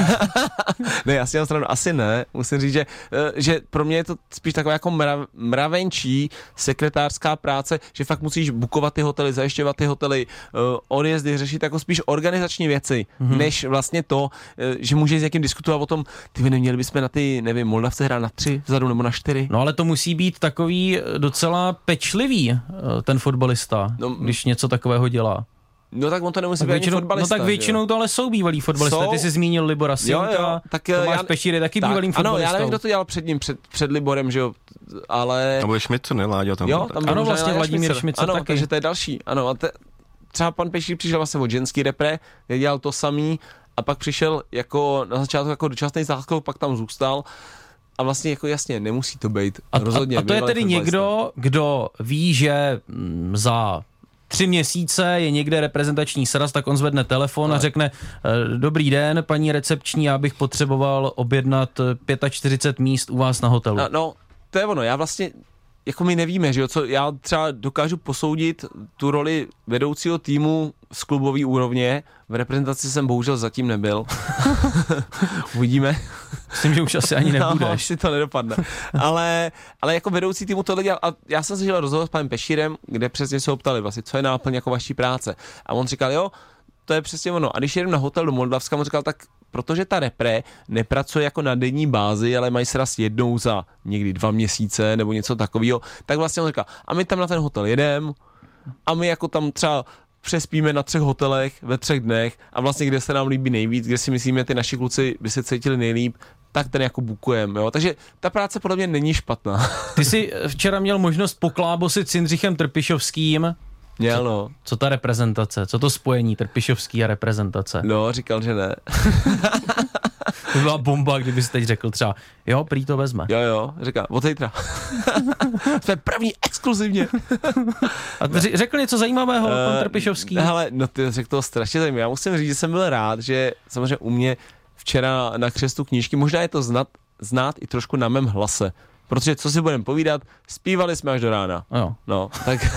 Ne, já si dělám srandu, asi ne. Musím říct, že, že pro mě je to spíš taková jako mrav, mravenčí sekretářská práce, že fakt musíš bukovat ty hotely, zajišťovat ty hotely, uh, odjezdy, řešit jako spíš organizační věci, mm-hmm. než vlastně to, uh, že můžeš s někým diskutovat o tom, ty vy neměli bychom na ty, nevím, Moldavce hrát na tři vzadu nebo na čtyři. No ale to musí být takový docela pečlivý uh, ten fotbalista, no, když něco takového dělá. No tak on to nemusí tak být většinou, fotbalista. No tak většinou jo. To ale jsou bývalí fotbalisté. Jsou... Ty jsi zmínil Libora Sionka, jo, jo. Tak Tomáš já... Pešír je taky tak, bývalým fotbalistou. Ano, já nevím, kdo to dělal před ním, před, před Liborem, že jo, ale... To byl Šmit, co ne, Láďa tam. Jo, tam ano, vlastně Vladimír Šmit, ano, taky. Takže to je další, ano, a te... třeba pan Pešír přišel vlastně od ženský repre, dělal to samý a pak přišel jako na začátku jako dočasný záskok, pak tam zůstal. A vlastně jako jasně, nemusí to být a, rozhodně. A, a to je tedy někdo, kdo ví, že za tři měsíce je někde reprezentační sraz, tak on zvedne telefon a řekne, dobrý den, paní recepční, já bych potřeboval objednat čtyřicet pět míst u vás na hotelu. No, no to je ono, já vlastně, jako my nevíme, že jo, co, já třeba dokážu posoudit tu roli vedoucího týmu z klubové úrovně, v reprezentaci jsem bohužel zatím nebyl. Uvidíme. Myslím, že už asi ani nebudeš. No, asi to nedopadne. Ale, ale jako vedoucí týmu tohle dělal. A já jsem se žil rozhovor s panem Pešírem, kde přesně se ho ptali, vlastně, co je náplň jako vaší práce. A on říkal, jo, to je přesně ono. A když jedem na hotel do Moldavska, on říkal, tak protože ta repre nepracuje jako na denní bázi, ale mají sraz jednou za někdy dva měsíce nebo něco takového, tak vlastně on říkal, a my tam na ten hotel jedem a my jako tam třeba přespíme na třech hotelech ve třech dnech a vlastně kde se nám líbí nejvíc, kde si myslíme, ty naši kluci by se cítili nejlíp, tak ten jako bukujeme, jo. Takže ta práce podle mě není špatná. Ty jsi včera měl možnost poklábosit s Jindřichem Trpišovským. Měl, no. Co, co ta reprezentace? Co to spojení Trpišovský a reprezentace? No, říkal, že ne. To byla bomba, kdyby jsi teď řekl třeba, jo, prý to vezme. Jo, jo, říká, od zítra. Jsme první exkluzivně. A ty řekl něco zajímavého, uh, pan Trpišovský? Hele, no ty řekl to strašně zajímavé. Já musím říct, že jsem byl rád, že samozřejmě u mě včera na křestu knížky, možná je to znát, znát i trošku na mém hlase. Protože co si budeme povídat, zpívali jsme až do rána. Jo. No, tak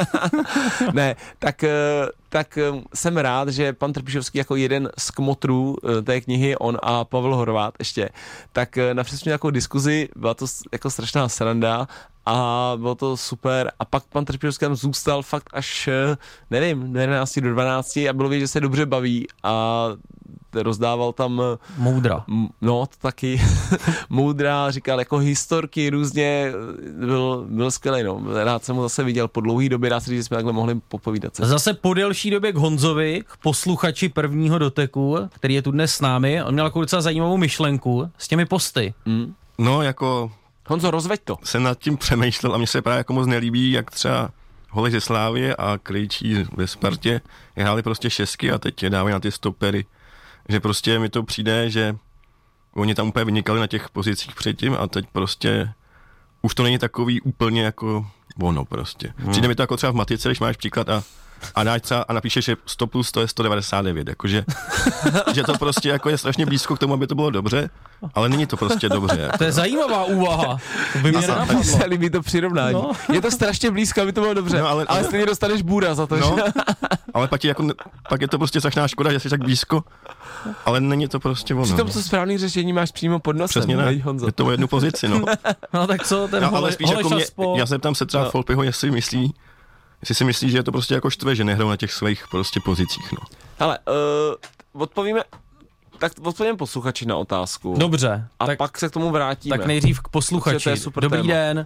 ne, tak, tak jsem rád, že pan Trpišovský jako jeden z kmotrů té knihy, on a Pavel Horvát ještě, tak napřed jsme nějakou diskuzi, byla to jako strašná sranda a bylo to super a pak pan Trpišovský tam zůstal fakt až, nevím, do jedenácti do dvanácti a bylo vidět, že se dobře baví a rozdával tam... Moudra. No, to taky. Moudra, říkal jako historky různě, byl, byl skvělej, no. Rád jsem ho zase viděl po dlouhý době, rád se říct, že jsme takhle mohli popovídat se. Zase po delší době k Honzovi, k posluchači prvního doteku, který je tu dnes s námi. On měl jako docela zajímavou myšlenku s těmi posty. Mm. No, jako... Honzo, rozveď to. Jsem nad tím přemýšlel a mně se právě jako moc nelíbí, jak třeba Holej ze Slávie a Krejčí ve Spartě hráli prostě šestky a teď je dávají na ty stopery. Že prostě mi to přijde, že oni tam úplně vynikali na těch pozicích předtím a teď prostě už to není takový úplně jako ono prostě. Hmm. Přijde mi to jako třeba v matice, když máš příklad a a dáš třeba a napíšeš, že sto plus to je sto devadesát devět, jakože že to prostě jako je strašně blízko k tomu, aby to bylo dobře, ale není to prostě dobře. Jako. To je zajímavá úvaha. To by mě nenapadlo. Se líbí to přirovnání. No. Je to strašně blízko, aby to bylo dobře, no, ale, ale stejně dostaneš bůra za to, no, že... ale pak je, jako, pak je to prostě strašná škoda, že jsi tak blízko, ale není to prostě ono. Přitom to správný řešení máš přímo pod nosem. Přesně ne, je to o jednu pozici, no. No tak co, ten no, hole, ale spíš jako mě, já se ptám se třeba no. Folpyho, jestli myslí, jestli si myslí, že je to prostě jako štve, že nehrajou na těch svých prostě pozicích, no. Hele, uh, odpovíme, tak odpovíme posluchači na otázku. Dobře. A tak, pak se k tomu vrátíme. Tak nejdřív k posluchači. Dobrý téma. Den.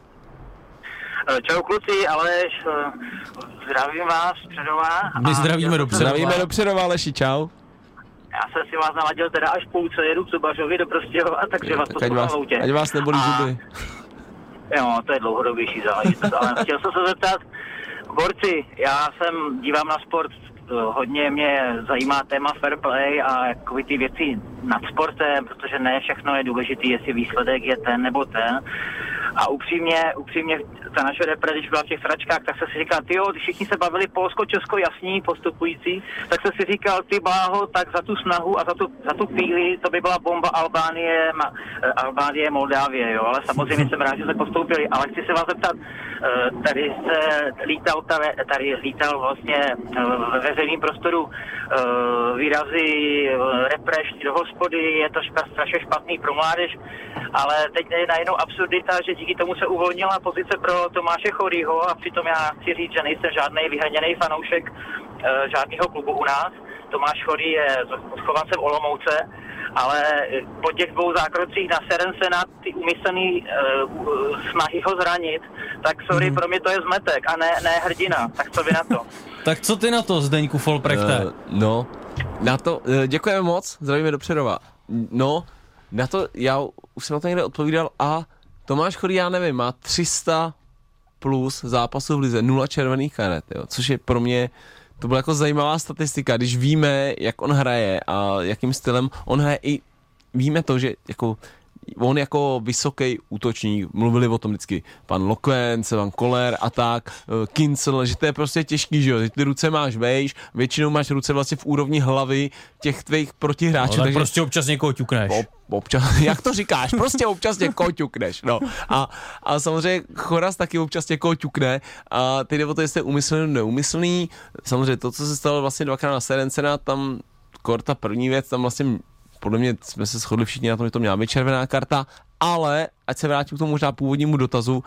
Čau kluci, Aleš, zdravím vás, Předová. My zdravíme do Předova. Zdravíme do Předova, Aleši, čau. Já jsem si vás naladil teda až půlce, jedu k Zubařovi do Prostějova, takže vás poslouchám v autě. Ať vás nebolí zuby. Jo, to je dlouhodobější záležitost, ale chtěl jsem se zeptat, borci, já jsem, dívám na sport, hodně mě zajímá téma fair play a jakoby ty věci nad sportem, protože ne všechno je důležitý, jestli výsledek je ten nebo ten. A upřímně, upřímně ta naše repre, když byla v těch sračkách, tak se si říkal, tyjo, když všichni se bavili Polsko, Česko, jasní, postupující, tak se si říkal, ty bláho, tak za tu snahu a za tu, za tu chvíli, to by byla bomba Albánie, Ma, Albánie, Moldávie, jo, ale samozřejmě jsem rád, že se postoupili, ale chci se vás zeptat, tady se lítal, tady lítal vlastně ve veřejném prostoru výrazy repreš do hospody, je to strašně špatný pro mládež, ale teď je najednou absurdita, že díky tomu se uvolnila pozice pro Tomáše Chorýho a přitom já chci říct, že nejsem žádný vyhraněný fanoušek žádného klubu u nás. Tomáš Chorý je schovancem Olomouce, ale po těch dvou zákrocích na Serencena ty umyslný uh, snahy ho zranit, tak sorry, mm. pro mě to je zmetek a ne, ne hrdina. Tak co vy na to? Tak co ty na to, Zdeňku Folprechte? Uh, no, na to, uh, děkujeme moc, zdravíme do Předova. No, na to, já už jsem na to někde odpovídal a Tomáš Chorý, já nevím, má tři sta plus zápasů v lize, nula červených karet, jo, což je pro mě, to byla jako zajímavá statistika, když víme, jak on hraje a jakým stylem on hraje, i víme to, že jako on jako vysoký útočník, mluvili o tom vždycky pan Lokven, pan Koller a tak, Kincel, že to je prostě těžký, že jo, ty ruce máš vejš, většinou máš ruce vlastně v úrovni hlavy těch tvých protihráčů. No, tak takže prostě občas někoho ťukneš. Ob, občas, jak to říkáš, prostě občas někoho ťukneš, no. A, a samozřejmě Choras taky občas někoho ťukne a teď jde o to, jestli je úmyslný nebo neúmyslný. Samozřejmě to, co se stalo vlastně dvakrát na Serencena, tam Korta první věc, tam vlastně podle mě jsme se shodli všichni na tom, že to měla být červená karta, ale ať se vrátím k tomu možná původnímu dotazu,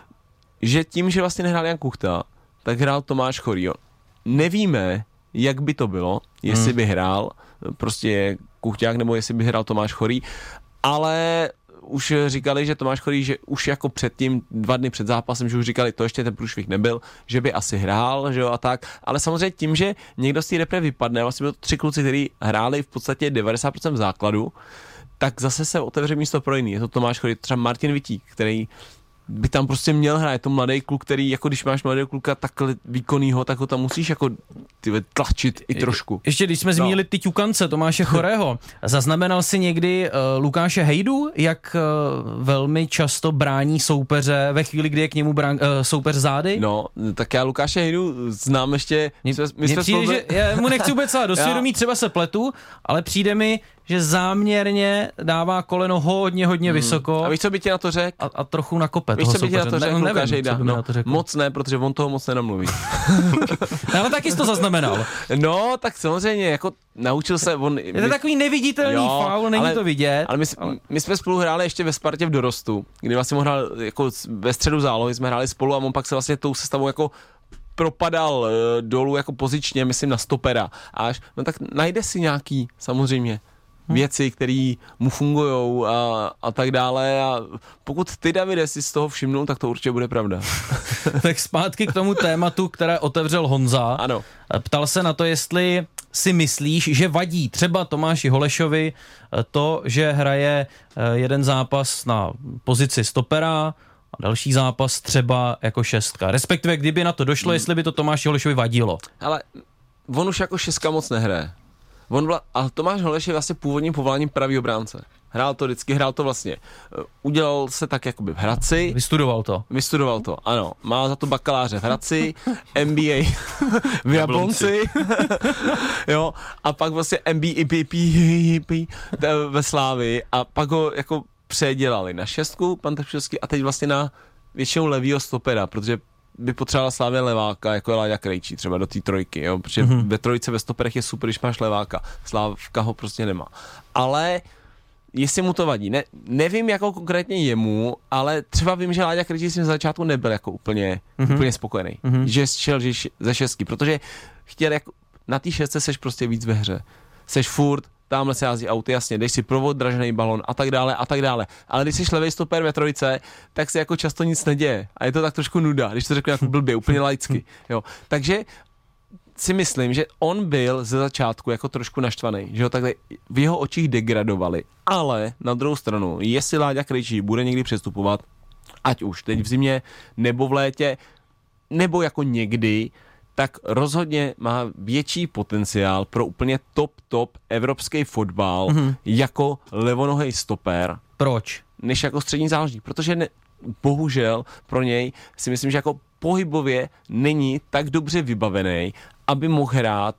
že tím, že vlastně nehrál Jan Kuchta, tak hrál Tomáš Chorý. Nevíme, jak by to bylo, jestli hmm. by hrál prostě Kuchťák, nebo jestli by hrál Tomáš Chorý, ale už říkali, že Tomáš Chorý, že už jako předtím, dva dny před zápasem, že už říkali, to ještě ten průšvih nebyl, že by asi hrál, že jo, a tak, ale samozřejmě tím, že někdo z té repre vypadne, vlastně byli to tři kluci, kteří hráli v podstatě devadesát procent v základu, tak zase se otevře místo pro jiný. Je to Tomáš Chorý, třeba Martin Vitík, který by tam prostě měl hrát, je to mladý kluk, který, jako když máš mladého kluka takhle výkonnýho, tak ho tam musíš jako tyhle, tlačit i trošku. Ještě když jsme zmínili no. ty ťukance Tomáše Chorého, zaznamenal si někdy uh, Lukáše Hejdu, jak uh, velmi často brání soupeře ve chvíli, kdy je k němu brán, uh, soupeř zády? No, tak já Lukáše Hejdu znám ještě... Mě, my jsme, my jsme přijde, spolu... že já mu nechci vůbec celá do svědomí, třeba se pletu, ale přijde mi, že záměrně dává koleno hodně, hodně hmm. vysoko. A víš, co by ti na to řekl? A, a trochu nakopet. Víš, co by ti na to řekl, ne, Lukáš Hejda? No, na to moc ne, protože on toho moc nenamluví. Ale taky jsi to zaznamenal. No, tak samozřejmě, jako naučil se on... Je to takový neviditelný jo, faul, není ale, to vidět. Ale my, ale my jsme spolu hráli ještě ve Spartě v dorostu, kdy vlastně on hrál jako ve středu zálohy, jsme hráli spolu a on pak se vlastně tou sestavou jako propadal e, dolů jako pozičně, myslím na stopera, až, no tak najde si nějaký, samozřejmě, věci, které mu fungujou a, a tak dále a pokud ty, Davide, si z toho všimnul, tak to určitě bude pravda. Tak zpátky k tomu tématu, které otevřel Honza. Ano. Ptal se na to, jestli si myslíš, že vadí třeba Tomáši Holešovi to, že hraje jeden zápas na pozici stopera a další zápas třeba jako šestka. Respektive, kdyby na to došlo, hmm. jestli by to Tomáši Holešovi vadilo. Ale on už jako šestka moc nehraje. On vla, ale Tomáš Holeš je vlastně původním povoláním pravý obránce. Hrál to vždycky, hrál to vlastně. Udělal se tak jakoby v Hradci. Vystudoval to. Vystudoval to, ano. Má za to bakaláře v Hradci, M B A v Jablonci. Jo, a pak vlastně M B A P ve Slávii a pak ho jako předělali na šestku, pan Trpšovský, a teď vlastně na většinou levýho stopera, protože by potřebovala Slávě leváka, jako je Láďa Krejčí, třeba do té trojky, jo, protože mm-hmm. ve trojice ve stoperech je super, když máš leváka. Slávka ho prostě nemá. Ale jestli mu to vadí, ne, nevím jako konkrétně jemu, ale třeba vím, že Láďa Krejčí s tím za začátku nebyl jako úplně, mm-hmm. úplně spokojený, mm-hmm. že šel že ze šestky, protože chtěl jako, na té šestce seš prostě víc ve hře. Seš furt, tamhle se jazdí auty, jasně, dej si provod, dražený balon a tak dále a tak dále. Ale když jsi levý stoper ve trojice, tak se jako často nic neděje. A je to tak trošku nuda, když to řeknu jako blbě, úplně laicky. Jo. Takže si myslím, že on byl ze začátku jako trošku naštvaný, že ho takhle v jeho očích degradovali. Ale na druhou stranu, jestli Láďa Krejčí bude někdy přestupovat, ať už teď v zimě, nebo v létě, nebo jako někdy, tak rozhodně má větší potenciál pro úplně top, top evropský fotbal mm-hmm. jako levonohej stoper. Proč? Než jako střední záložník, protože ne, bohužel pro něj si myslím, že jako pohybově není tak dobře vybavený, aby mohl hrát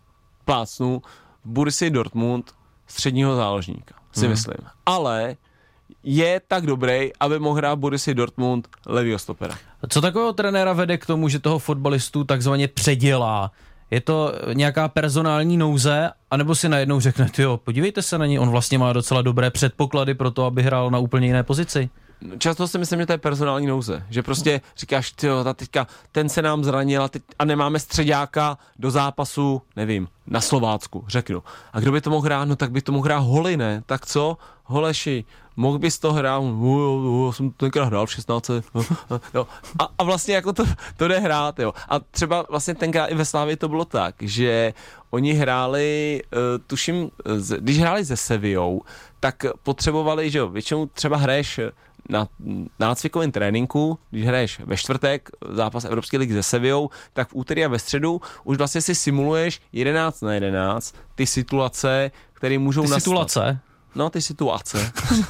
plácnu v Borussii Dortmund středního záložníka, si mm. myslím. Ale je tak dobrý, aby mohl hrát Borussii Dortmund levýho stopera. Co takového trenéra vede k tomu, že toho fotbalistu takzvaně předělá? Je to nějaká personální nouze, anebo si najednou řekne, tyjo, podívejte se na něj, on vlastně má docela dobré předpoklady pro to, aby hrál na úplně jiné pozici? Často si myslím, že to je personální nouze, že prostě říkáš, tyjo, ta teďka, ten se nám zranil a, teď, a nemáme středáka do zápasu, nevím, na Slovácku, řeknu. A kdo by to mohl hrát? No tak by to mohl hrát Holy, ne? Tak co? Holeši, mohl bys to hrát? Já jsem tenkrát hrál v šestnácti. Jo. A, a vlastně jako to, to jde hrát, jo. A třeba vlastně tenkrát i ve Slávii to bylo tak, že oni hráli, uh, tuším, z, když hráli se Sevillou, tak potřebovali, že jo, většinou třeba hraješ na nácvikovém tréninku, když hraješ ve čtvrtek zápas Evropské ligy se Sevillou, tak v úterý a ve středu už vlastně si simuluješ jedenáct na jedenáct ty situace, které můžou ty nastat. Situace? No, ty situace,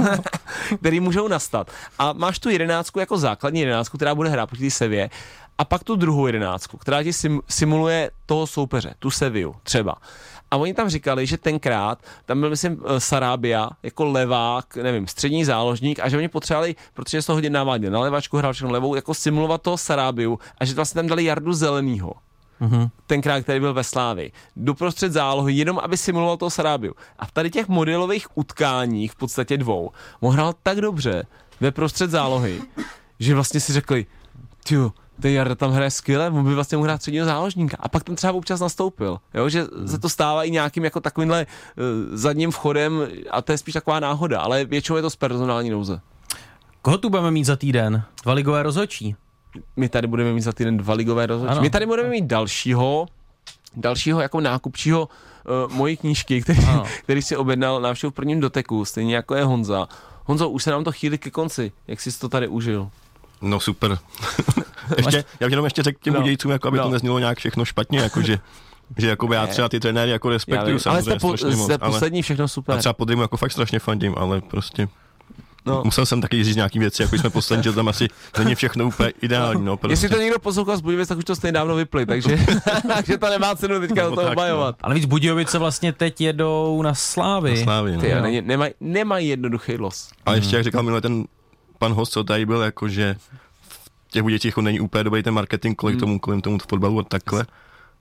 které můžou nastat. A máš tu jedenáctku jako základní jedenáctku, která bude hrát proti Sevě, a pak tu druhou jedenáctku, která ti sim, simuluje toho soupeře, tu Sevillu třeba. A oni tam říkali, že tenkrát tam byl, myslím, Sarabia jako levák, nevím, střední záložník, a že oni potřebovali, protože se to hodně naváděl na levačku, hrál všechno levou, jako simulovat toho Sarabiu, a že vlastně tam dali Jardu Zelenýho. Mm-hmm. Tenkrát, který byl ve Slávii, doprostřed zálohy, jenom aby simuloval toho Sarabiu. A v tady těch modelových utkáních, v podstatě dvou, on hrál tak dobře ve prostřed zálohy, že vlastně si řekli, tyjo, ten Jarda tam hraje skvěle, on by vlastně mohl hrát středního záložníka. A pak tam třeba občas nastoupil, jo? Že hmm. se to stává i nějakým jako takovýmhle uh, zadním vchodem, a to je spíš taková náhoda, ale většinou je to z personální nouze. Koho tu budeme mít za týden? Dva ligové rozhodčí. My tady budeme mít za týden dva ligové rozhodčí. My tady budeme mít dalšího, dalšího jako nákupčího uh, mojí knížky, který, který si objednal návštěvu v prvním doteku, stejně jako je Honza. Honzo, už se nám to chýlí ke konci. Jak jsi to tady užil? No super. ještě, já jenom ještě řekl těm Budějcům, no, jako aby no. to neznělo nějak všechno špatně, jakože že jako já třeba ty trenéry jako respektuju samozřejmě ale jste, po, strašně moc. Ale poslední všechno super. A třeba pod Rymu jako fakt strašně fandím, ale prostě no. musel jsem taky říct nějaký věci, jako jsme poslední, že tam asi není všechno úplně ideální. No, prostě. Jestli to někdo poslouchal z Budějovic, tak už to stejně dávno vypli, takže, takže to nemá cenu teďka do toho obhajovat. No. Ale víc Budějovice vlastně teď jedou na Slávy. Na Slávy, no. Ty, ne, nemají nemaj jednoduchý los. A ještě, jak říkal minule ten pan host, co tady byl, jako že v těch Budějcích není úplně dobrý ten marketing kvůli tomu, kvůli tomu fotbalu a takhle.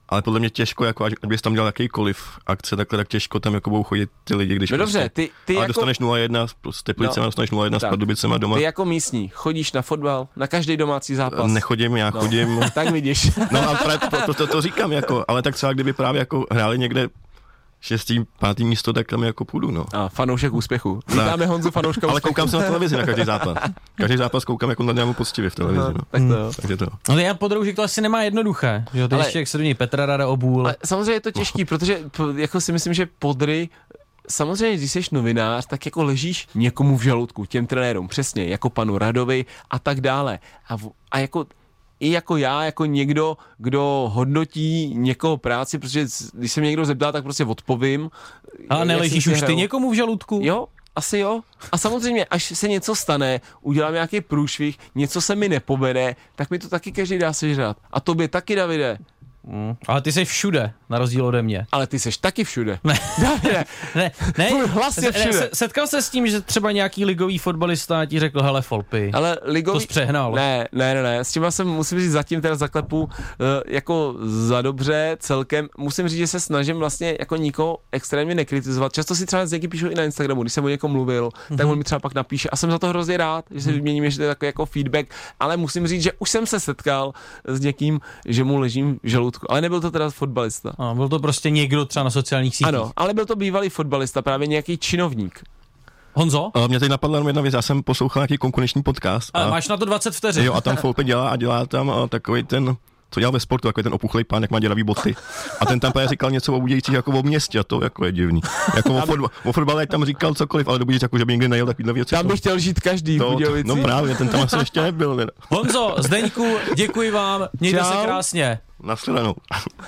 Ale podle mě těžko, jako ať bys tam dělal jakýkoliv akce, takhle tak těžko tam jako budou chodit ty lidi, když no prostě, dobře, ty, ty ale jako... dostaneš nula jedna s Teplicema, no, dostaneš nula jedna s Pardubicema doma. Ty jako místní, chodíš na fotbal, na každý domácí zápas? Nechodím, já no. chodím. Tak vidíš. No a právě to, to, to, to říkám, jako, ale tak třeba kdyby právě jako hráli někde šestý, pátý místo, tak tam jako půjdu, no. A fanoušek úspěchu. Vítáme Honzu fanouška ale úspěchu. koukám se na televizi na každý zápas. Každý zápas koukám jako na Dynamo poctivě v televizi, no. Tak to jo. Takže to. Ale já Podroužek to asi nemá jednoduché, že jo, to ještě jak se do něj Petra Rada obůl. Ale samozřejmě je to těžký, protože jako si myslím, že Podry, samozřejmě, když jsi novinář, tak jako ležíš někomu v žaludku, těm trenérům, přesně, jako panu Radovi a tak dále. A, a jako i jako já, jako někdo, kdo hodnotí někoho práci, protože když se mě někdo zeptá, tak prostě odpovím. Ale neležíš už ty někomu v žaludku? Jo, asi jo. A samozřejmě, až se něco stane, udělám nějaký průšvih, něco se mi nepovede, tak mi to taky každý dá sežrat. A tobě taky, Davide. Mm, ale ty jsi všude, na rozdíl ode mě. Ale ty seš taky všude. Ne, Davide, ne, ne. Tvůj hlas je všude. Ne, setkal se s tím, že třeba nějaký ligový fotbalista ti řekl, hele Folpy, ale ligový... to jsi přehnal. Ne, ne, ne, ne, s tím jsem, musím říct, zatím teda zaklepu uh, jako za dobře celkem. Musím říct, že se snažím vlastně jako nikoho extrémně nekritizovat. Často si třeba s někým píšu i na Instagramu, když jsem o někom mluvil, mm-hmm. tak on mi třeba pak napíše a jsem za to hrozně rád, že se vyměníme, že to je takový jako feedback, ale musím říct, že už jsem se setkal s někým, že mu ležím v žaludku, ale nebyl to teda fotbalista. A byl to prostě někdo třeba na sociálních sítích. Ano, ale byl to bývalý fotbalista, právě nějaký činovník. Honzo? A mě teď napadla jenom jedna věc, já jsem poslouchal nějaký konkurenční podcast. A, a máš na to dvacet vteřin. Jo, a tam Folpe dělá a dělá tam takový ten, co dělal ve sportu, takový ten opuchlej pán, jak má děravý boty. A ten tam právě říkal něco o Budějcích jako o městě, a to jako je divný. Jako o, fotbal, o fotbale tam říkal cokoliv, ale do Budějic, jako že by nikdy nejel takovýhle věci. Tam bych chtěl žít každý to, v Budějovicích. No právě, ten tam asi ještě nebyl. Ne? Honzo, Zdeňku, děkuji vám, mějte Čau. se krásně. Nashledanou.